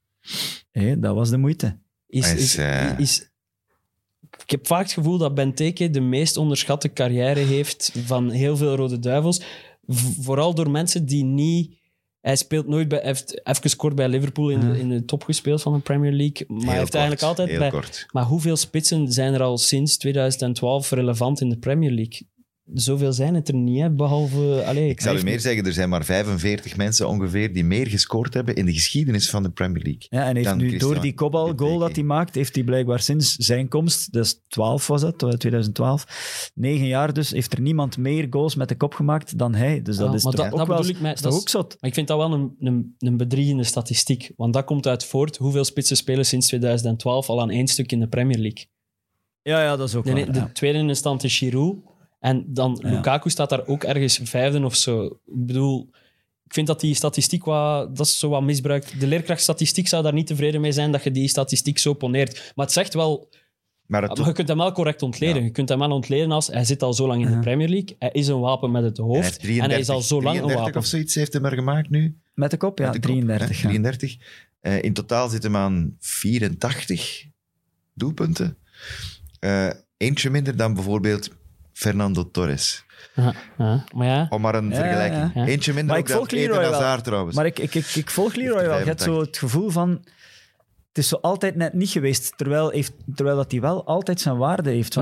Dat was de moeite. Ik heb vaak het gevoel dat Benteke de meest onderschatte carrière heeft van heel veel Rode Duivels. Vooral door mensen die niet... Hij speelt nooit bij... Hij heeft even gescoord bij Liverpool in de top gespeeld van de Premier League. Maar hij heeft eigenlijk altijd bij... Kort. Maar hoeveel spitsen zijn er al sinds 2012 relevant in de Premier League? Zoveel zijn het er niet, hè, behalve... Ik zal u meer zeggen, er zijn maar 45 mensen ongeveer die meer gescoord hebben in de geschiedenis van de Premier League. Ja, en heeft nu door die kopbalgoal dat hij maakt, heeft hij blijkbaar sinds zijn komst, dus 12 was het, 2012, 9 jaar dus, heeft er niemand meer goals met de kop gemaakt dan hij. Dus dat is toch ook wel... Dat is ook zot. Maar ik vind dat wel een bedriegende statistiek, want dat komt uit voort hoeveel spitsen spelen sinds 2012 al aan 1 stuk in de Premier League. Ja, dat is ook waar. De tweede in de stand is Giroud. En dan Lukaku staat daar ook ergens 5e of zo. Ik bedoel, Ik vind dat die statistiek dat is zo wat misbruikt. De leerkrachtstatistiek zou daar niet tevreden mee zijn dat je die statistiek zo poneert. Maar het zegt wel... Maar je kunt hem wel correct ontleden. Ja. Je kunt hem wel ontleden als hij zit al zo lang in de Premier League. Hij is een wapen met het hoofd. En hij is al zo lang een wapen. Of zoiets heeft hij er gemaakt nu. Met de kop, ja. Met de 33. Kop, 33. In totaal zit hem aan 84 doelpunten. Eentje minder dan bijvoorbeeld Fernando Torres. Maar ja. Om maar een vergelijking. Ja. Eentje minder ook dan Eden Hazard trouwens. Maar ik volg Leroy wel. Je hebt zo het gevoel van... Het is zo altijd net niet geweest, terwijl dat hij wel altijd zijn waarde heeft.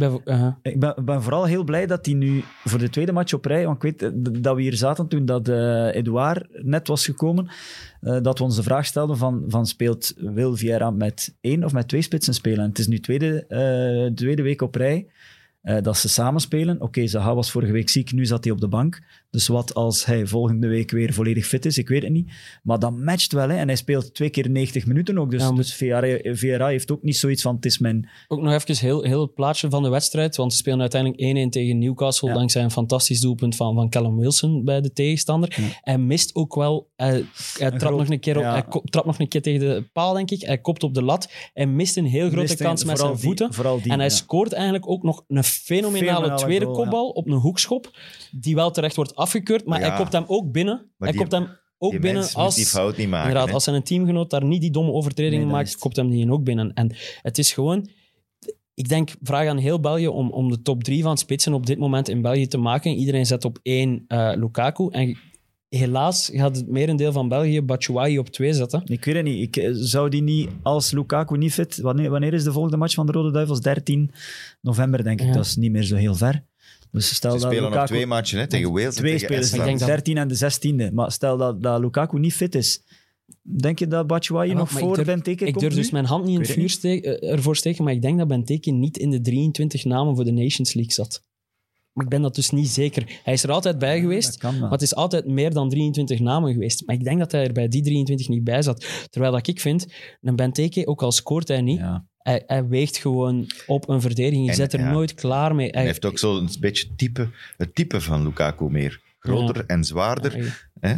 Ik ben vooral heel blij dat hij nu voor de tweede match op rij... Want ik weet dat we hier zaten toen dat Edouard net was gekomen, dat we ons de vraag stelden van speelt Will Vieira met 1 of met 2 spitsen spelen? En het is nu tweede week op rij dat ze samen spelen. Oké, Zaha was vorige week ziek, nu zat hij op de bank. Dus wat als hij volgende week weer volledig fit is? Ik weet het niet. Maar dat matcht wel, hè. En hij speelt 2 keer 90 minuten ook. Dus Vieira heeft ook niet zoiets van, het is mijn... Ook nog even heel het plaatje van de wedstrijd, want ze spelen uiteindelijk 1-1 tegen Newcastle, dankzij een fantastisch doelpunt van Callum Wilson bij de tegenstander. Ja. Hij mist ook wel... Hij trapt nog een keer hij trapt nog een keer tegen de paal, denk ik. Hij kopt op de lat. Hij mist een heel grote kans met zijn voeten. En hij scoort eigenlijk ook nog een fenomenale tweede kopbal op een hoekschop, die wel terecht wordt afgekeurd, maar hij kopt hem ook binnen. Hij kopt hem ook binnen als... die fout niet maken. Inderdaad, als zijn teamgenoot daar niet die domme overtredingen maakt, kopt hem die ook binnen. En het is gewoon... Ik denk, vraag aan heel België om de top 3 van spitsen op dit moment in België te maken. Iedereen zet op 1 Lukaku. En helaas gaat het merendeel van België Batshuayi op 2 zetten. Ik weet het niet. Zou die niet, als Lukaku niet fit... Wanneer is de volgende match van de Rode Duivels? 13 november, denk ik. Dat is niet meer zo heel ver. Dus stel ze spelen Lukaku, nog 2 matchen, hè, tegen Wales en tegen Estland. De 13 en de 16e. Maar stel dat Lukaku niet fit is, denk je dat Batshuayi nog voor Benteke komt? Ik durf dus mijn hand niet in het vuur ervoor steken, maar ik denk dat Benteke niet in de 23 namen voor de Nations League zat. Maar ik ben dat dus niet zeker. Hij is er altijd bij geweest, maar het is altijd meer dan 23 namen geweest. Maar ik denk dat hij er bij die 23 niet bij zat. Terwijl dat ik vind, een Benteke, ook al scoort hij niet... Ja. Hij weegt gewoon op een verdediging. Je zet er nooit klaar mee. Hij heeft ook zo een beetje het type van Lukaku meer. Groter en zwaarder. Hè?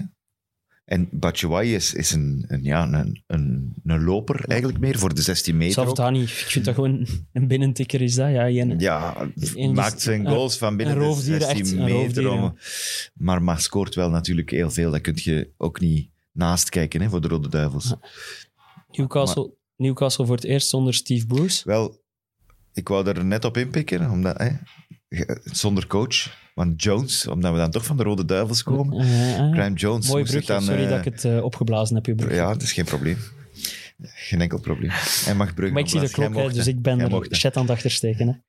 En Batshuayi is een loper eigenlijk meer, voor de 16 meter. Zelfs dat niet. Ik vind dat gewoon een binnentikker is dat. Maakt zijn goals van binnen de 16 meter. Maar scoort wel natuurlijk heel veel. Dat kun je ook niet naast kijken, hè, voor de Rode Duivels. Newcastle voor het eerst zonder Steve Bruce. Wel, ik wou er net op inpikken, omdat, zonder coach. Want Jones, omdat we dan toch van de Rode Duivels komen. Graham Jones. Mooi brugje, sorry dat ik het opgeblazen heb. Ja, dat is geen probleem. Geen enkel probleem. Hij mag bruggen. Maar ik zie de klok, dus ik ben er chat aan het achtersteken.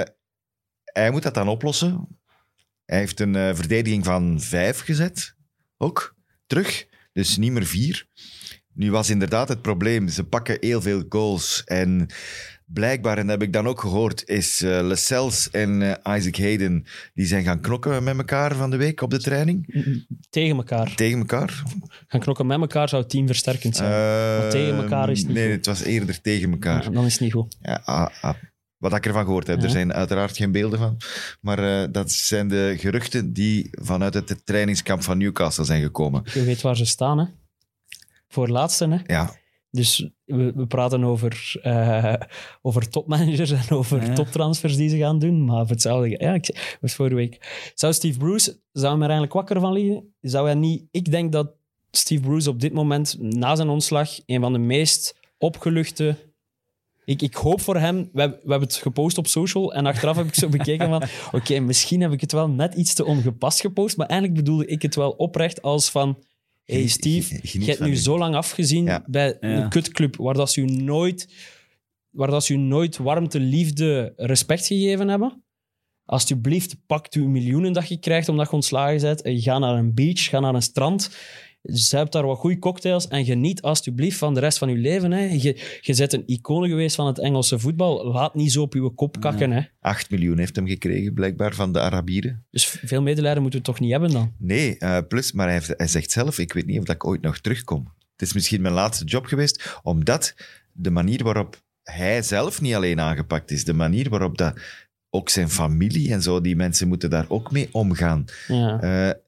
Hij moet dat dan oplossen. Hij heeft een verdediging van 5 gezet. Ook. Terug. Dus niet meer 4. Nu was inderdaad het probleem, ze pakken heel veel goals. En blijkbaar, en dat heb ik dan ook gehoord, is Lascelles en Isaac Hayden, die zijn gaan knokken met elkaar van de week op de training. Tegen elkaar. Gaan knokken met elkaar zou teamversterkend zijn. Maar tegen elkaar is het niet goed. Het was eerder tegen elkaar. Ja, dan is het niet goed. Wat ik ervan gehoord heb. Er zijn uiteraard geen beelden van. Maar dat zijn de geruchten die vanuit het trainingskamp van Newcastle zijn gekomen. Je weet waar ze staan, hè? Voor laatste, hè? Ja. Dus we praten over topmanagers en over toptransfers die ze gaan doen. Maar voor hetzelfde... Ja, ik was vorige week... Zou Steve Bruce... Zou hem er eigenlijk wakker van liggen? Zou hij niet... Ik denk dat Steve Bruce op dit moment, na zijn ontslag, een van de meest opgeluchte... Ik hoop voor hem... We hebben het gepost op social en achteraf heb ik zo bekeken van... Oké, misschien heb ik het wel net iets te ongepast gepost, maar eigenlijk bedoelde ik het wel oprecht als van... Hey Steve, je hebt nu zo lang afgezien bij een kutclub waar dat ze u nooit warmte, liefde, respect gegeven hebben. Alsjeblieft, pak je miljoenen dat je krijgt omdat je ontslagen bent en ga naar een beach, ga naar een strand, zuip daar wat goede cocktails en geniet alsjeblieft van de rest van je leven. Hè. Je bent een icoon geweest van het Engelse voetbal. Laat niet zo op je kop kakken. Hè. 8 miljoen heeft hem gekregen, blijkbaar, van de Arabieren. Dus veel medelijden moeten we toch niet hebben dan? Nee, plus, maar hij zegt zelf, ik weet niet of ik ooit nog terugkom. Het is misschien mijn laatste job geweest, omdat de manier waarop hij zelf niet alleen aangepakt is, de manier waarop dat ook zijn familie en zo, die mensen moeten daar ook mee omgaan. Ja.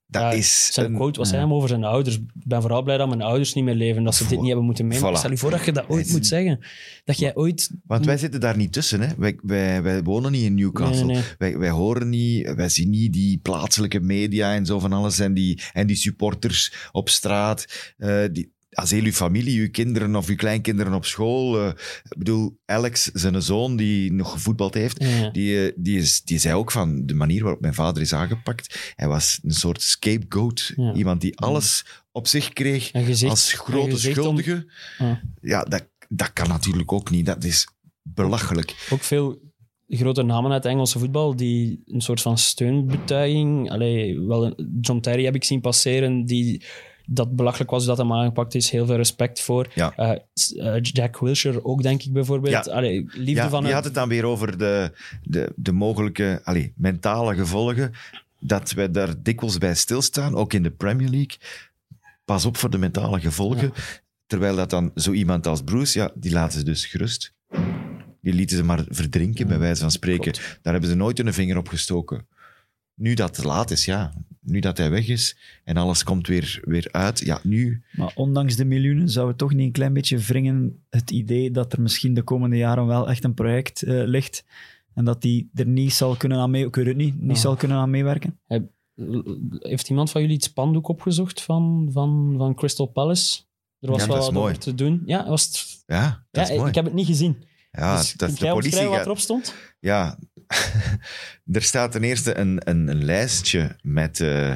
Dat is zijn quote was hem over zijn ouders. Ik ben vooral blij dat mijn ouders niet meer leven, dat ze dit niet hebben moeten meemaken. Stel je voor dat je dat ooit moet zeggen. Dat jij ooit... Want wij zitten daar niet tussen. Hè? Wij wonen niet in Newcastle. Nee. Wij horen niet, wij zien niet die plaatselijke media en zo van alles. En die supporters op straat. Als heel uw familie, uw kinderen of uw kleinkinderen op school. Ik bedoel, Alex, zijn zoon die nog gevoetbald heeft, die zei ook van de manier waarop mijn vader is aangepakt. Hij was een soort scapegoat. Ja. Iemand die alles op zich kreeg als grote schuldige. Ja, dat kan natuurlijk ook niet. Dat is belachelijk. Ook veel grote namen uit Engelse voetbal die een soort van steunbetuiging... John Terry heb ik zien passeren, die... dat belachelijk was dat hem aangepakt is. Heel veel respect voor. Ja. Jack Wilshere ook, denk ik, bijvoorbeeld. Ja. Die had het dan weer over de mogelijke mentale gevolgen. Dat wij daar dikwijls bij stilstaan, ook in de Premier League. Pas op voor de mentale gevolgen. Ja. Terwijl dat dan zo iemand als Bruce, die laten ze dus gerust. Die lieten ze maar verdrinken, bij wijze van spreken. Klopt. Daar hebben ze nooit hun vinger op gestoken. Nu dat het laat is, nu dat hij weg is en alles komt weer uit, nu... Maar ondanks de miljoenen zou het toch niet een klein beetje wringen het idee dat er misschien de komende jaren wel echt een project ligt en dat die er niet zal kunnen aan mee... Ik weet het niet zal kunnen aan meewerken? Heeft iemand van jullie het spandoek opgezocht van Crystal Palace? Er was wel wat over te doen. Ja, was het... dat is mooi. Ik heb het niet gezien. Ja, dus dat kunt jij opschrijven wat erop stond? Ja, er staat ten eerste een lijstje met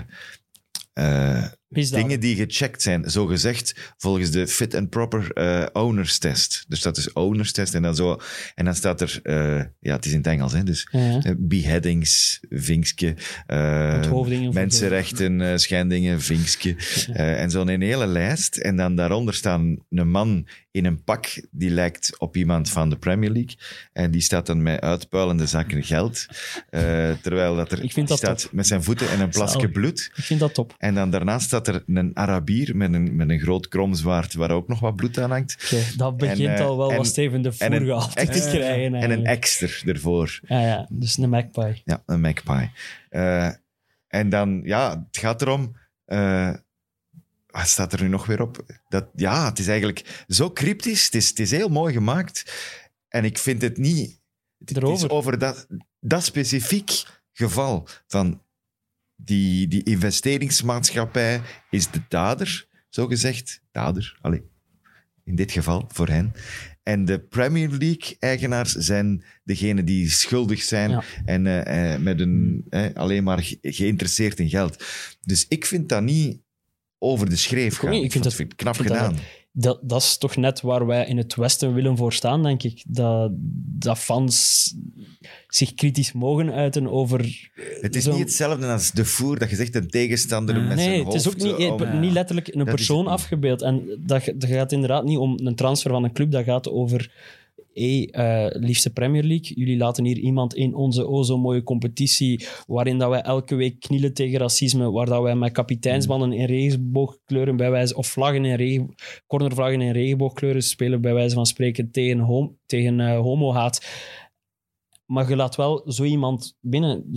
dingen die gecheckt zijn, zogezegd, volgens de Fit and Proper Owners Test. Dus dat is Owners Test en dan zo. En dan staat er, het is in het Engels, hè, dus beheadings, vinkske, mensenrechten, schendingen, vinkske, en zo'n hele lijst. En dan daaronder staan een man in een pak die lijkt op iemand van de Premier League. En die staat dan met uitpuilende zakken geld. Terwijl dat er staat top. Met zijn voeten en een plasje bloed. Ik vind dat top. En dan daarnaast staat er een Arabier met een groot kromzwaard waar ook nog wat bloed aan hangt. Okay, dat begint al wel wat Steven de Voer gehaald te krijgen. En een ekster ervoor. Ja, dus een magpie. Ja, een magpie. En dan, het gaat erom... wat staat er nu nog weer op? Het is eigenlijk zo cryptisch. Het is heel mooi gemaakt. En ik vind het niet... Het is over dat specifiek geval van die investeringsmaatschappij is de dader, zogezegd. Dader, in dit geval, voor hen. En de Premier League-eigenaars zijn degenen die schuldig zijn en met alleen maar geïnteresseerd in geld. Dus ik vind dat niet over de schreef gaan. Ik vind dat knap gedaan. Dat is toch net waar wij in het Westen willen voor staan, denk ik. Dat fans zich kritisch mogen uiten over... Het is niet hetzelfde als de Voer, dat je zegt een tegenstander met zijn hoofd... Nee, het is ook niet letterlijk een persoon afgebeeld. En dat gaat inderdaad niet om een transfer van een club, dat gaat over... liefste Premier League, jullie laten hier iemand in onze zo mooie competitie waarin dat wij elke week knielen tegen racisme, waar dat wij met kapiteinsbanden in regenboogkleuren bij wijze, of vlaggen in cornervlaggen in regenboogkleuren spelen, bij wijze van spreken tegen homohaat. Maar je laat wel zo iemand binnen. Dus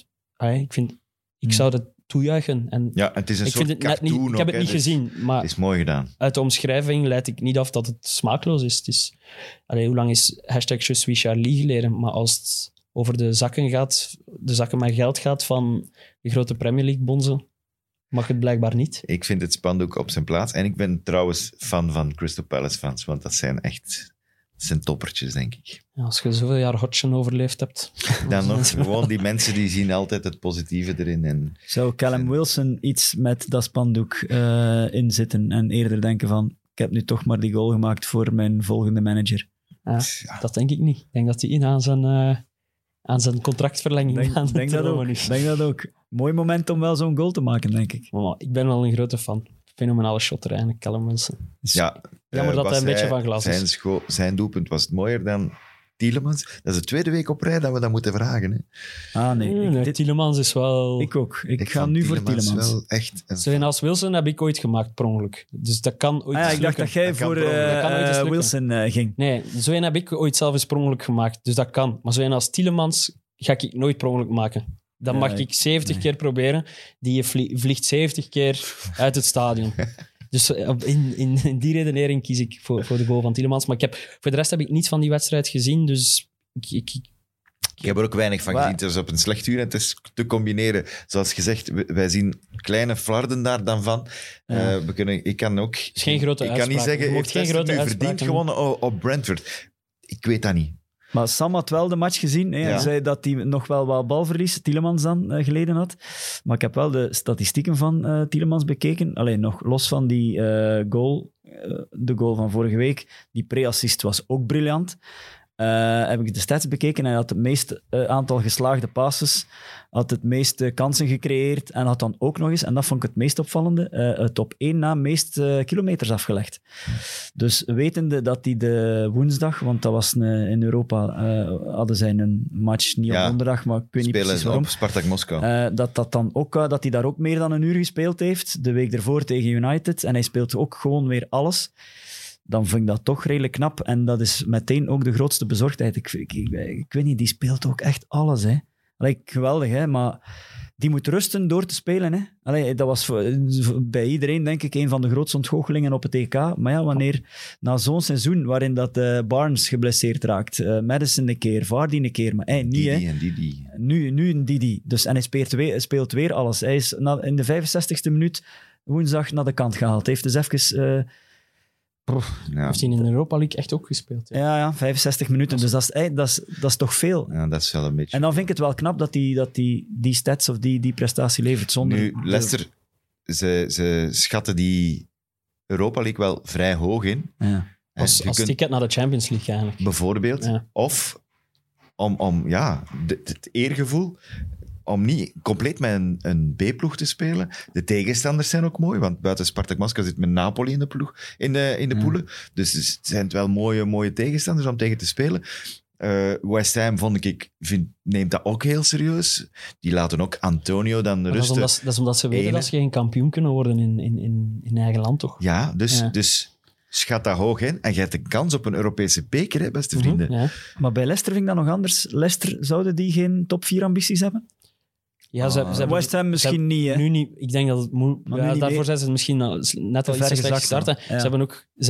ik zou dat toejuichen. En het is een soort cartoon. Ik heb het niet gezien, maar het is mooi gedaan. Uit de omschrijving leid ik niet af dat het smaakloos is. Het is hoe lang is #Je suis Charlie geleden? Maar als het over de zakken met geld gaat van de grote Premier League bonzen, mag het blijkbaar niet. Ik vind het spandoek op zijn plaats. En ik ben trouwens fan van Crystal Palace fans, want dat zijn echt... Het zijn toppertjes, denk ik. Ja, als je zoveel jaar Hodgson overleefd hebt. Dan nog gewoon die mensen die zien altijd het positieve erin. En zou Callum Wilson iets met dat spandoek inzitten en eerder denken van ik heb nu toch maar die goal gemaakt voor mijn volgende manager? Dat denk ik niet. Ik denk dat hij aan zijn contractverlenging aan het dromen is. Denk dat ook. Mooi moment om wel zo'n goal te maken, denk ik. Maar ik ben wel een grote fan. Fenomenale shotter eigenlijk, Callum Wilson. Jammer dat hij een beetje van glas is. Zijn doelpunt was het mooier dan Tielemans. Dat is de tweede week op rij dat we dat moeten vragen. Hè? Nee. Tielemans is wel... Ik ook. Ik ga nu voor Tielemans. Wel echt Zoals Wilson heb ik ooit gemaakt per ongeluk. Dus dat kan ooit ik dacht dat jij voor Wilson ging. Nee, zo een heb ik ooit zelf eens per ongeluk gemaakt. Dus dat kan. Maar zo een als Tielemans ga ik nooit per ongeluk maken. Dan mag ik 70 keer proberen. Die vliegt 70 keer uit het stadion. Dus in die redenering kies ik voor de goal van Tielemans. Maar voor de rest heb ik niets van die wedstrijd gezien. Dus ik heb er ook weinig van gezien. Het is op een slecht uur en het is te combineren. Zoals gezegd, wij zien kleine flarden daar dan van. Ja. Ik kan ook... Geen grote ik kan niet zeggen, heeft Leicester nu verdiend gewonnen op Brentford? Ik weet dat niet. Maar Sam had wel de match gezien. Hij zei dat hij nog wel wat balverlies, Tielemans dan, geleden had. Maar ik heb wel de statistieken van Tielemans bekeken. Alleen nog los van die goal, de goal van vorige week. Die pre-assist was ook briljant. Heb ik de stats bekeken en hij had het meeste aantal geslaagde passes, had het meeste kansen gecreëerd en had dan ook nog eens, en dat vond ik het meest opvallende, het op 1 na meest kilometers afgelegd. Dus wetende dat hij de woensdag, want dat was in Europa, hadden zij een match, niet op donderdag, maar ik weet niet precies waarom. Op Spartak Moskou. Dat hij daar ook meer dan een uur gespeeld heeft, de week ervoor tegen United, en hij speelt ook gewoon weer alles. Dan vind ik dat toch redelijk knap. En dat is meteen ook de grootste bezorgdheid. Ik weet niet, die speelt ook echt alles. Hè. Geweldig, hè? Maar die moet rusten door te spelen. Hè. Dat was bij iedereen, denk ik, een van de grootste ontgoochelingen op het EK. Maar ja, wanneer na zo'n seizoen waarin dat Barnes geblesseerd raakt, Madison een keer, Vardy een keer, maar niet, Didi hè. En Didi. Nu een Didi. Dus, en hij speelt weer alles. Hij is in de 65e minuut woensdag naar de kant gehaald. Hij heeft dus even... heeft hij in de Europa League echt ook gespeeld? Ja, 65 minuten. Dus dat is toch veel. Ja, dat is wel een beetje... En dan vind ik het wel knap dat die stats of die prestatie levert. Zonder nu, Leicester, ze schatten die Europa League wel vrij hoog in. Ja. Als ticket naar de Champions League eigenlijk. Bijvoorbeeld. Ja. Of om het eergevoel... om niet compleet met een B-ploeg te spelen. De tegenstanders zijn ook mooi, want buiten Spartak Moskou zit met Napoli in de ploeg, in de poelen. Dus het zijn wel mooie tegenstanders om tegen te spelen. West Ham, neemt dat ook heel serieus. Die laten ook Antonio dan rusten. Dat is omdat ze weten dat ze geen kampioen kunnen worden in eigen land, toch? Ja, dus schat dat hoog in. En je hebt een kans op een Europese beker, hè, beste vrienden. Ja. Maar bij Leicester vind ik dat nog anders. Leicester, zouden die geen top 4 ambities hebben? Ja, ze hebben, West Ham misschien niet, hè? Nu niet. Ik denk dat het moet... daarvoor zijn ze misschien net al iets te slecht gestart. Ja.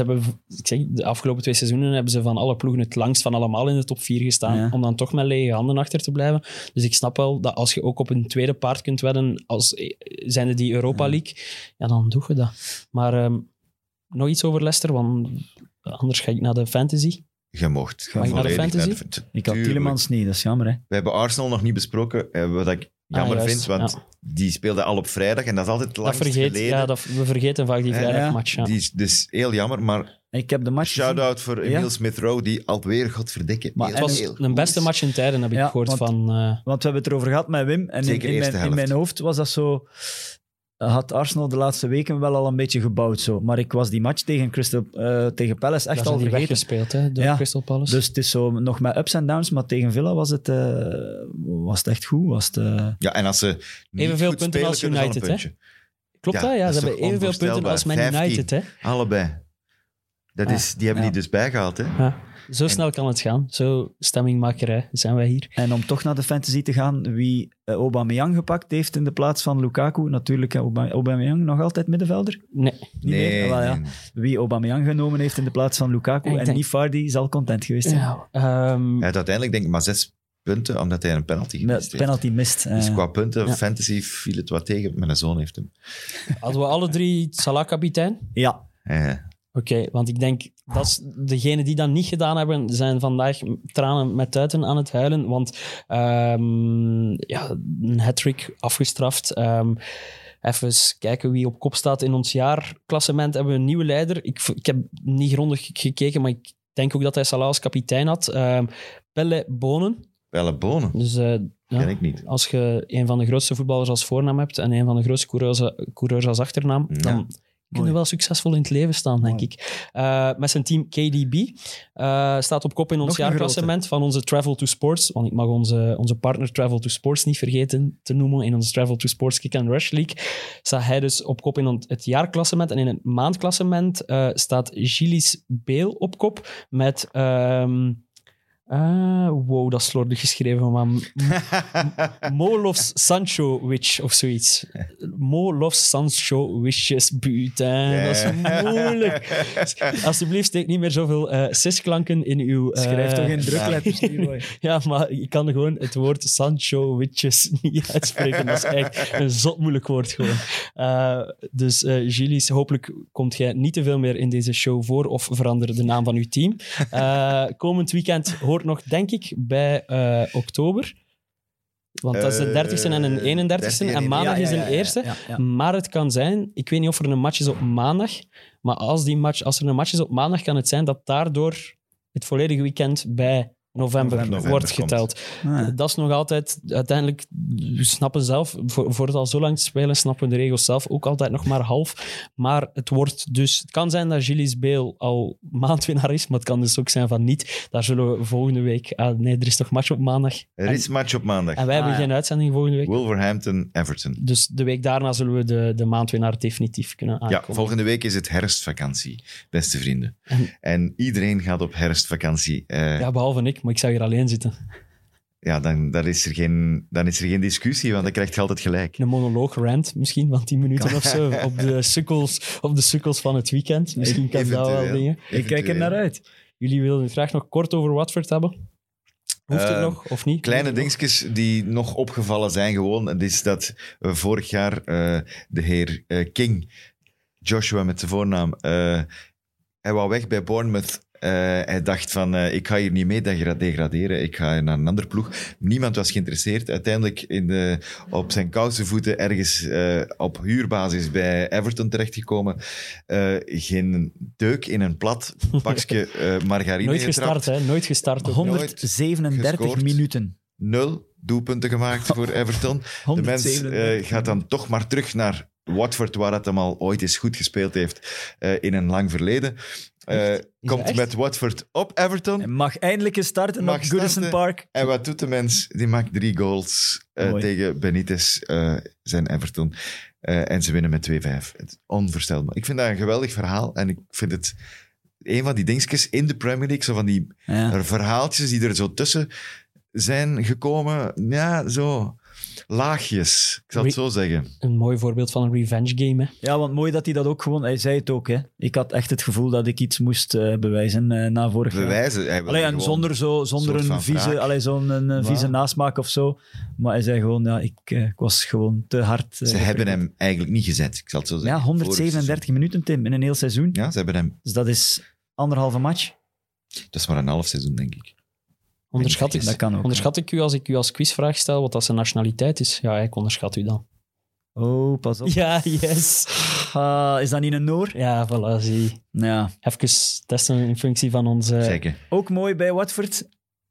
De afgelopen 2 seizoenen hebben ze van alle ploegen het langst van allemaal in de top 4 gestaan, om dan toch met lege handen achter te blijven. Dus ik snap wel dat als je ook op een tweede paard kunt wedden, zijnde die Europa League, dan doe je dat. Maar nog iets over Leicester, want anders ga ik naar de fantasy. Je mocht. Mag ik naar de fantasy? Ik had Tielemans niet, dat is jammer. Hè? We hebben Arsenal nog niet besproken, wat ik jammer vind, want die speelde al op vrijdag en dat is altijd langst geleden. Ja, we vergeten vaak die vrijdagmatch. Ja. Die is dus heel jammer, maar ik heb de match shout-out voor Emile Smith-Rowe, die alweer, godverdikke. Maar het was een beste match in tijden, heb ik gehoord van... Want we hebben het erover gehad met Wim, en in mijn hoofd was dat zo... Had Arsenal de laatste weken wel al een beetje gebouwd. Zo. Maar ik was die match tegen Palace echt al vergeten. Gespeeld, hè, door Crystal Palace. Dus het is zo nog met ups en downs, maar tegen Villa was het echt goed. Ja, en als ze evenveel punten spelen, als United, hè? Klopt dat? Ja, ze hebben evenveel punten als Man United, hè? Allebei. Die hebben die dus bijgehaald, hè? Ja. Zo snel kan het gaan. Zo stemmingmakerij zijn wij hier. En om toch naar de fantasy te gaan, wie Aubameyang gepakt heeft in de plaats van Lukaku. Natuurlijk, Aubameyang nog altijd middenvelder? Nee. Niet meer? Nee. Wie Aubameyang genomen heeft in de plaats van Lukaku en niet Vardy, zal content geweest zijn. Hij had uiteindelijk denk ik maar 6 punten, omdat hij een penalty mist. Dus qua punten, fantasy viel het wat tegen. Mijn zoon heeft hem. Hadden we alle 3 Salah kapitein? Ja. Oké, want ik denk dat degenen die dat niet gedaan hebben, zijn vandaag tranen met tuiten aan het huilen. Want een hat-trick afgestraft. Even kijken wie op kop staat in ons jaarklassement. Hebben we een nieuwe leider. Ik heb niet grondig gekeken, maar ik denk ook dat hij Salah als kapitein had. Pelle Bonen. Pelle Bonen? Dus, ken ik niet. Als je een van de grootste voetballers als voornaam hebt en een van de grootste coureurs als achternaam, dan... kunnen wel succesvol in het leven staan, denk ik. Met zijn team KDB. Staat op kop in ons jaarklassement van onze Travel to Sports. Want ik mag onze partner Travel to Sports niet vergeten te noemen. In onze Travel to Sports Kick and Rush League staat hij dus op kop in het jaarklassement. En in het maandklassement staat Gilles Beel op kop met Wow, dat is slordig geschreven, maar Mo loves Sancho-witch of zoiets. Mo loves Sancho-wishes, putain, dat is moeilijk. Alsjeblieft, steek niet meer zoveel cis-klanken in uw... Schrijf toch in drukletters, Leroy. Ja, maar ik kan gewoon het woord Sancho-witches niet uitspreken. Dat is echt een zot moeilijk woord gewoon. Dus Gilles, hopelijk komt jij niet te veel meer in deze show voor of verander de naam van uw team. Komend weekend hoort nog, denk ik, bij oktober. Want dat is de 30e en een 31e. En maandag is de eerste. Ja. Maar het kan zijn, ik weet niet of er een match is op maandag, maar als er een match is op maandag, kan het zijn dat daardoor het volledige weekend bij november wordt geteld. Dat is nog altijd, uiteindelijk, we snappen zelf, voor het al zo lang te spelen, snappen we de regels zelf ook altijd nog maar half. Maar het wordt dus, het kan zijn dat Gilles Bale al maandwinnaar is, maar het kan dus ook zijn van niet. Daar zullen we volgende week... nee, er is toch match op maandag. Er is match op maandag. En wij hebben geen uitzending volgende week. Wolverhampton, Everton. Dus de week daarna zullen we de maandwinnaar definitief kunnen aankomen. Ja, volgende week is het herfstvakantie, beste vrienden. En iedereen gaat op herfstvakantie. Ja, behalve ik, maar ik zou hier alleen zitten. Ja, dan is er geen discussie, want dan krijg je altijd gelijk. Een monoloog-rant misschien van 10 minuten of zo op de sukkels van het weekend. Misschien kan dat wel dingen. Ik kijk er naar uit. Jullie willen het graag nog kort over Watford hebben? Hoeft het nog, of niet? Kleine dingetjes die nog opgevallen zijn gewoon. Het is dat vorig jaar de heer King, Joshua met zijn voornaam, hij wou weg bij Bournemouth. Hij dacht van, ik ga hier niet mee degraderen, ik ga naar een andere ploeg. Niemand was geïnteresseerd. Uiteindelijk op zijn kousenvoeten ergens op huurbasis bij Everton terechtgekomen. Geen deuk in een plat pakje margarine Nooit gestart, hè? Nooit gestart. 137 minuten. 0 doelpunten gemaakt voor Everton. De mens gaat dan toch maar terug naar Watford, waar het hem al ooit eens goed gespeeld heeft in een lang verleden. Komt met Watford op Everton. Hij mag eindelijk eens starten op Goodison Park. En wat doet de mens? Die maakt 3 goals tegen Benitez, zijn Everton. En ze winnen met 2-5. Het is onvoorstelbaar. Ik vind dat een geweldig verhaal. En ik vind het een van die dingetjes in de Premier League, zo van die verhaaltjes die er zo tussen zijn gekomen. Ja, zo... laagjes, ik zal het zo zeggen. Een mooi voorbeeld van een revenge game, hè? Ja, want mooi dat hij dat ook gewoon... Hij zei het ook, hè. Ik had echt het gevoel dat ik iets moest bewijzen na vorig jaar. Bewijzen? En zonder een vieze nasmaak of zo. Maar hij zei gewoon, ja, ik was gewoon te hard... Ze hebben hem eigenlijk niet gezet, ik zal het zo zeggen. Ja, 137 minuten, Tim, in een heel seizoen. Ja, ze hebben hem... Dus dat is 1,5 match. Dat is maar een half seizoen, denk ik. Onderschat ik u als ik u als quizvraag stel wat dat zijn nationaliteit is? Ja, ik onderschat u dan. Oh, pas op. Ja, yes. Is dat niet een Noor? Ja, voilà, zie. Ja. Even testen in functie van onze... Zeker. Ook mooi bij Watford.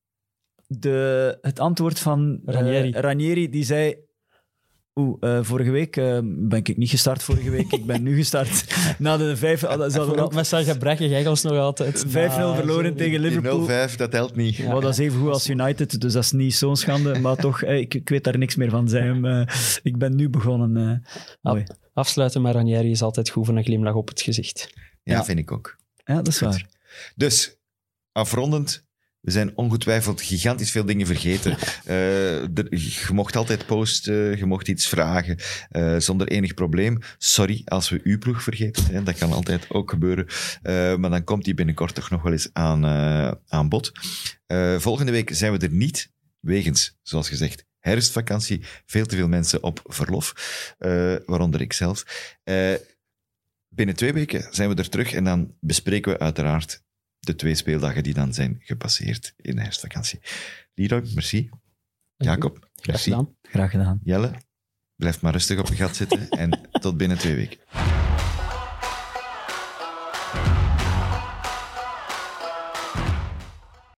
Het antwoord van Ranieri, die zei... vorige week ben ik niet gestart vorige week. Ik ben nu gestart. Na de 5... Met zijn gebrekkig Engels nog altijd. 5-0 verloren tegen Liverpool. 0-5, dat telt niet. Ja, dat is even goed als United, dus dat is niet zo'n schande. Maar toch, ik weet daar niks meer van. Ik ben nu begonnen. Afsluiten met Ranieri is altijd goed voor een glimlach op het gezicht. Ja, vind ik ook. Ja, dat is waar. Dus, afrondend... We zijn ongetwijfeld gigantisch veel dingen vergeten. Je mocht altijd posten, je mocht iets vragen, zonder enig probleem. Sorry als we uw ploeg vergeten. Hè, dat kan altijd ook gebeuren. Maar dan komt die binnenkort toch nog wel eens aan bod. Volgende week zijn we er niet, wegens, zoals gezegd, herfstvakantie. Veel te veel mensen op verlof, waaronder ik zelf. Binnen 2 weken zijn we er terug en dan bespreken we uiteraard de 2 speeldagen die dan zijn gepasseerd in de herfstvakantie. Leroy, merci. Jacob, merci. Graag gedaan. Jelle, blijf maar rustig op je gat zitten en tot binnen 2 weken.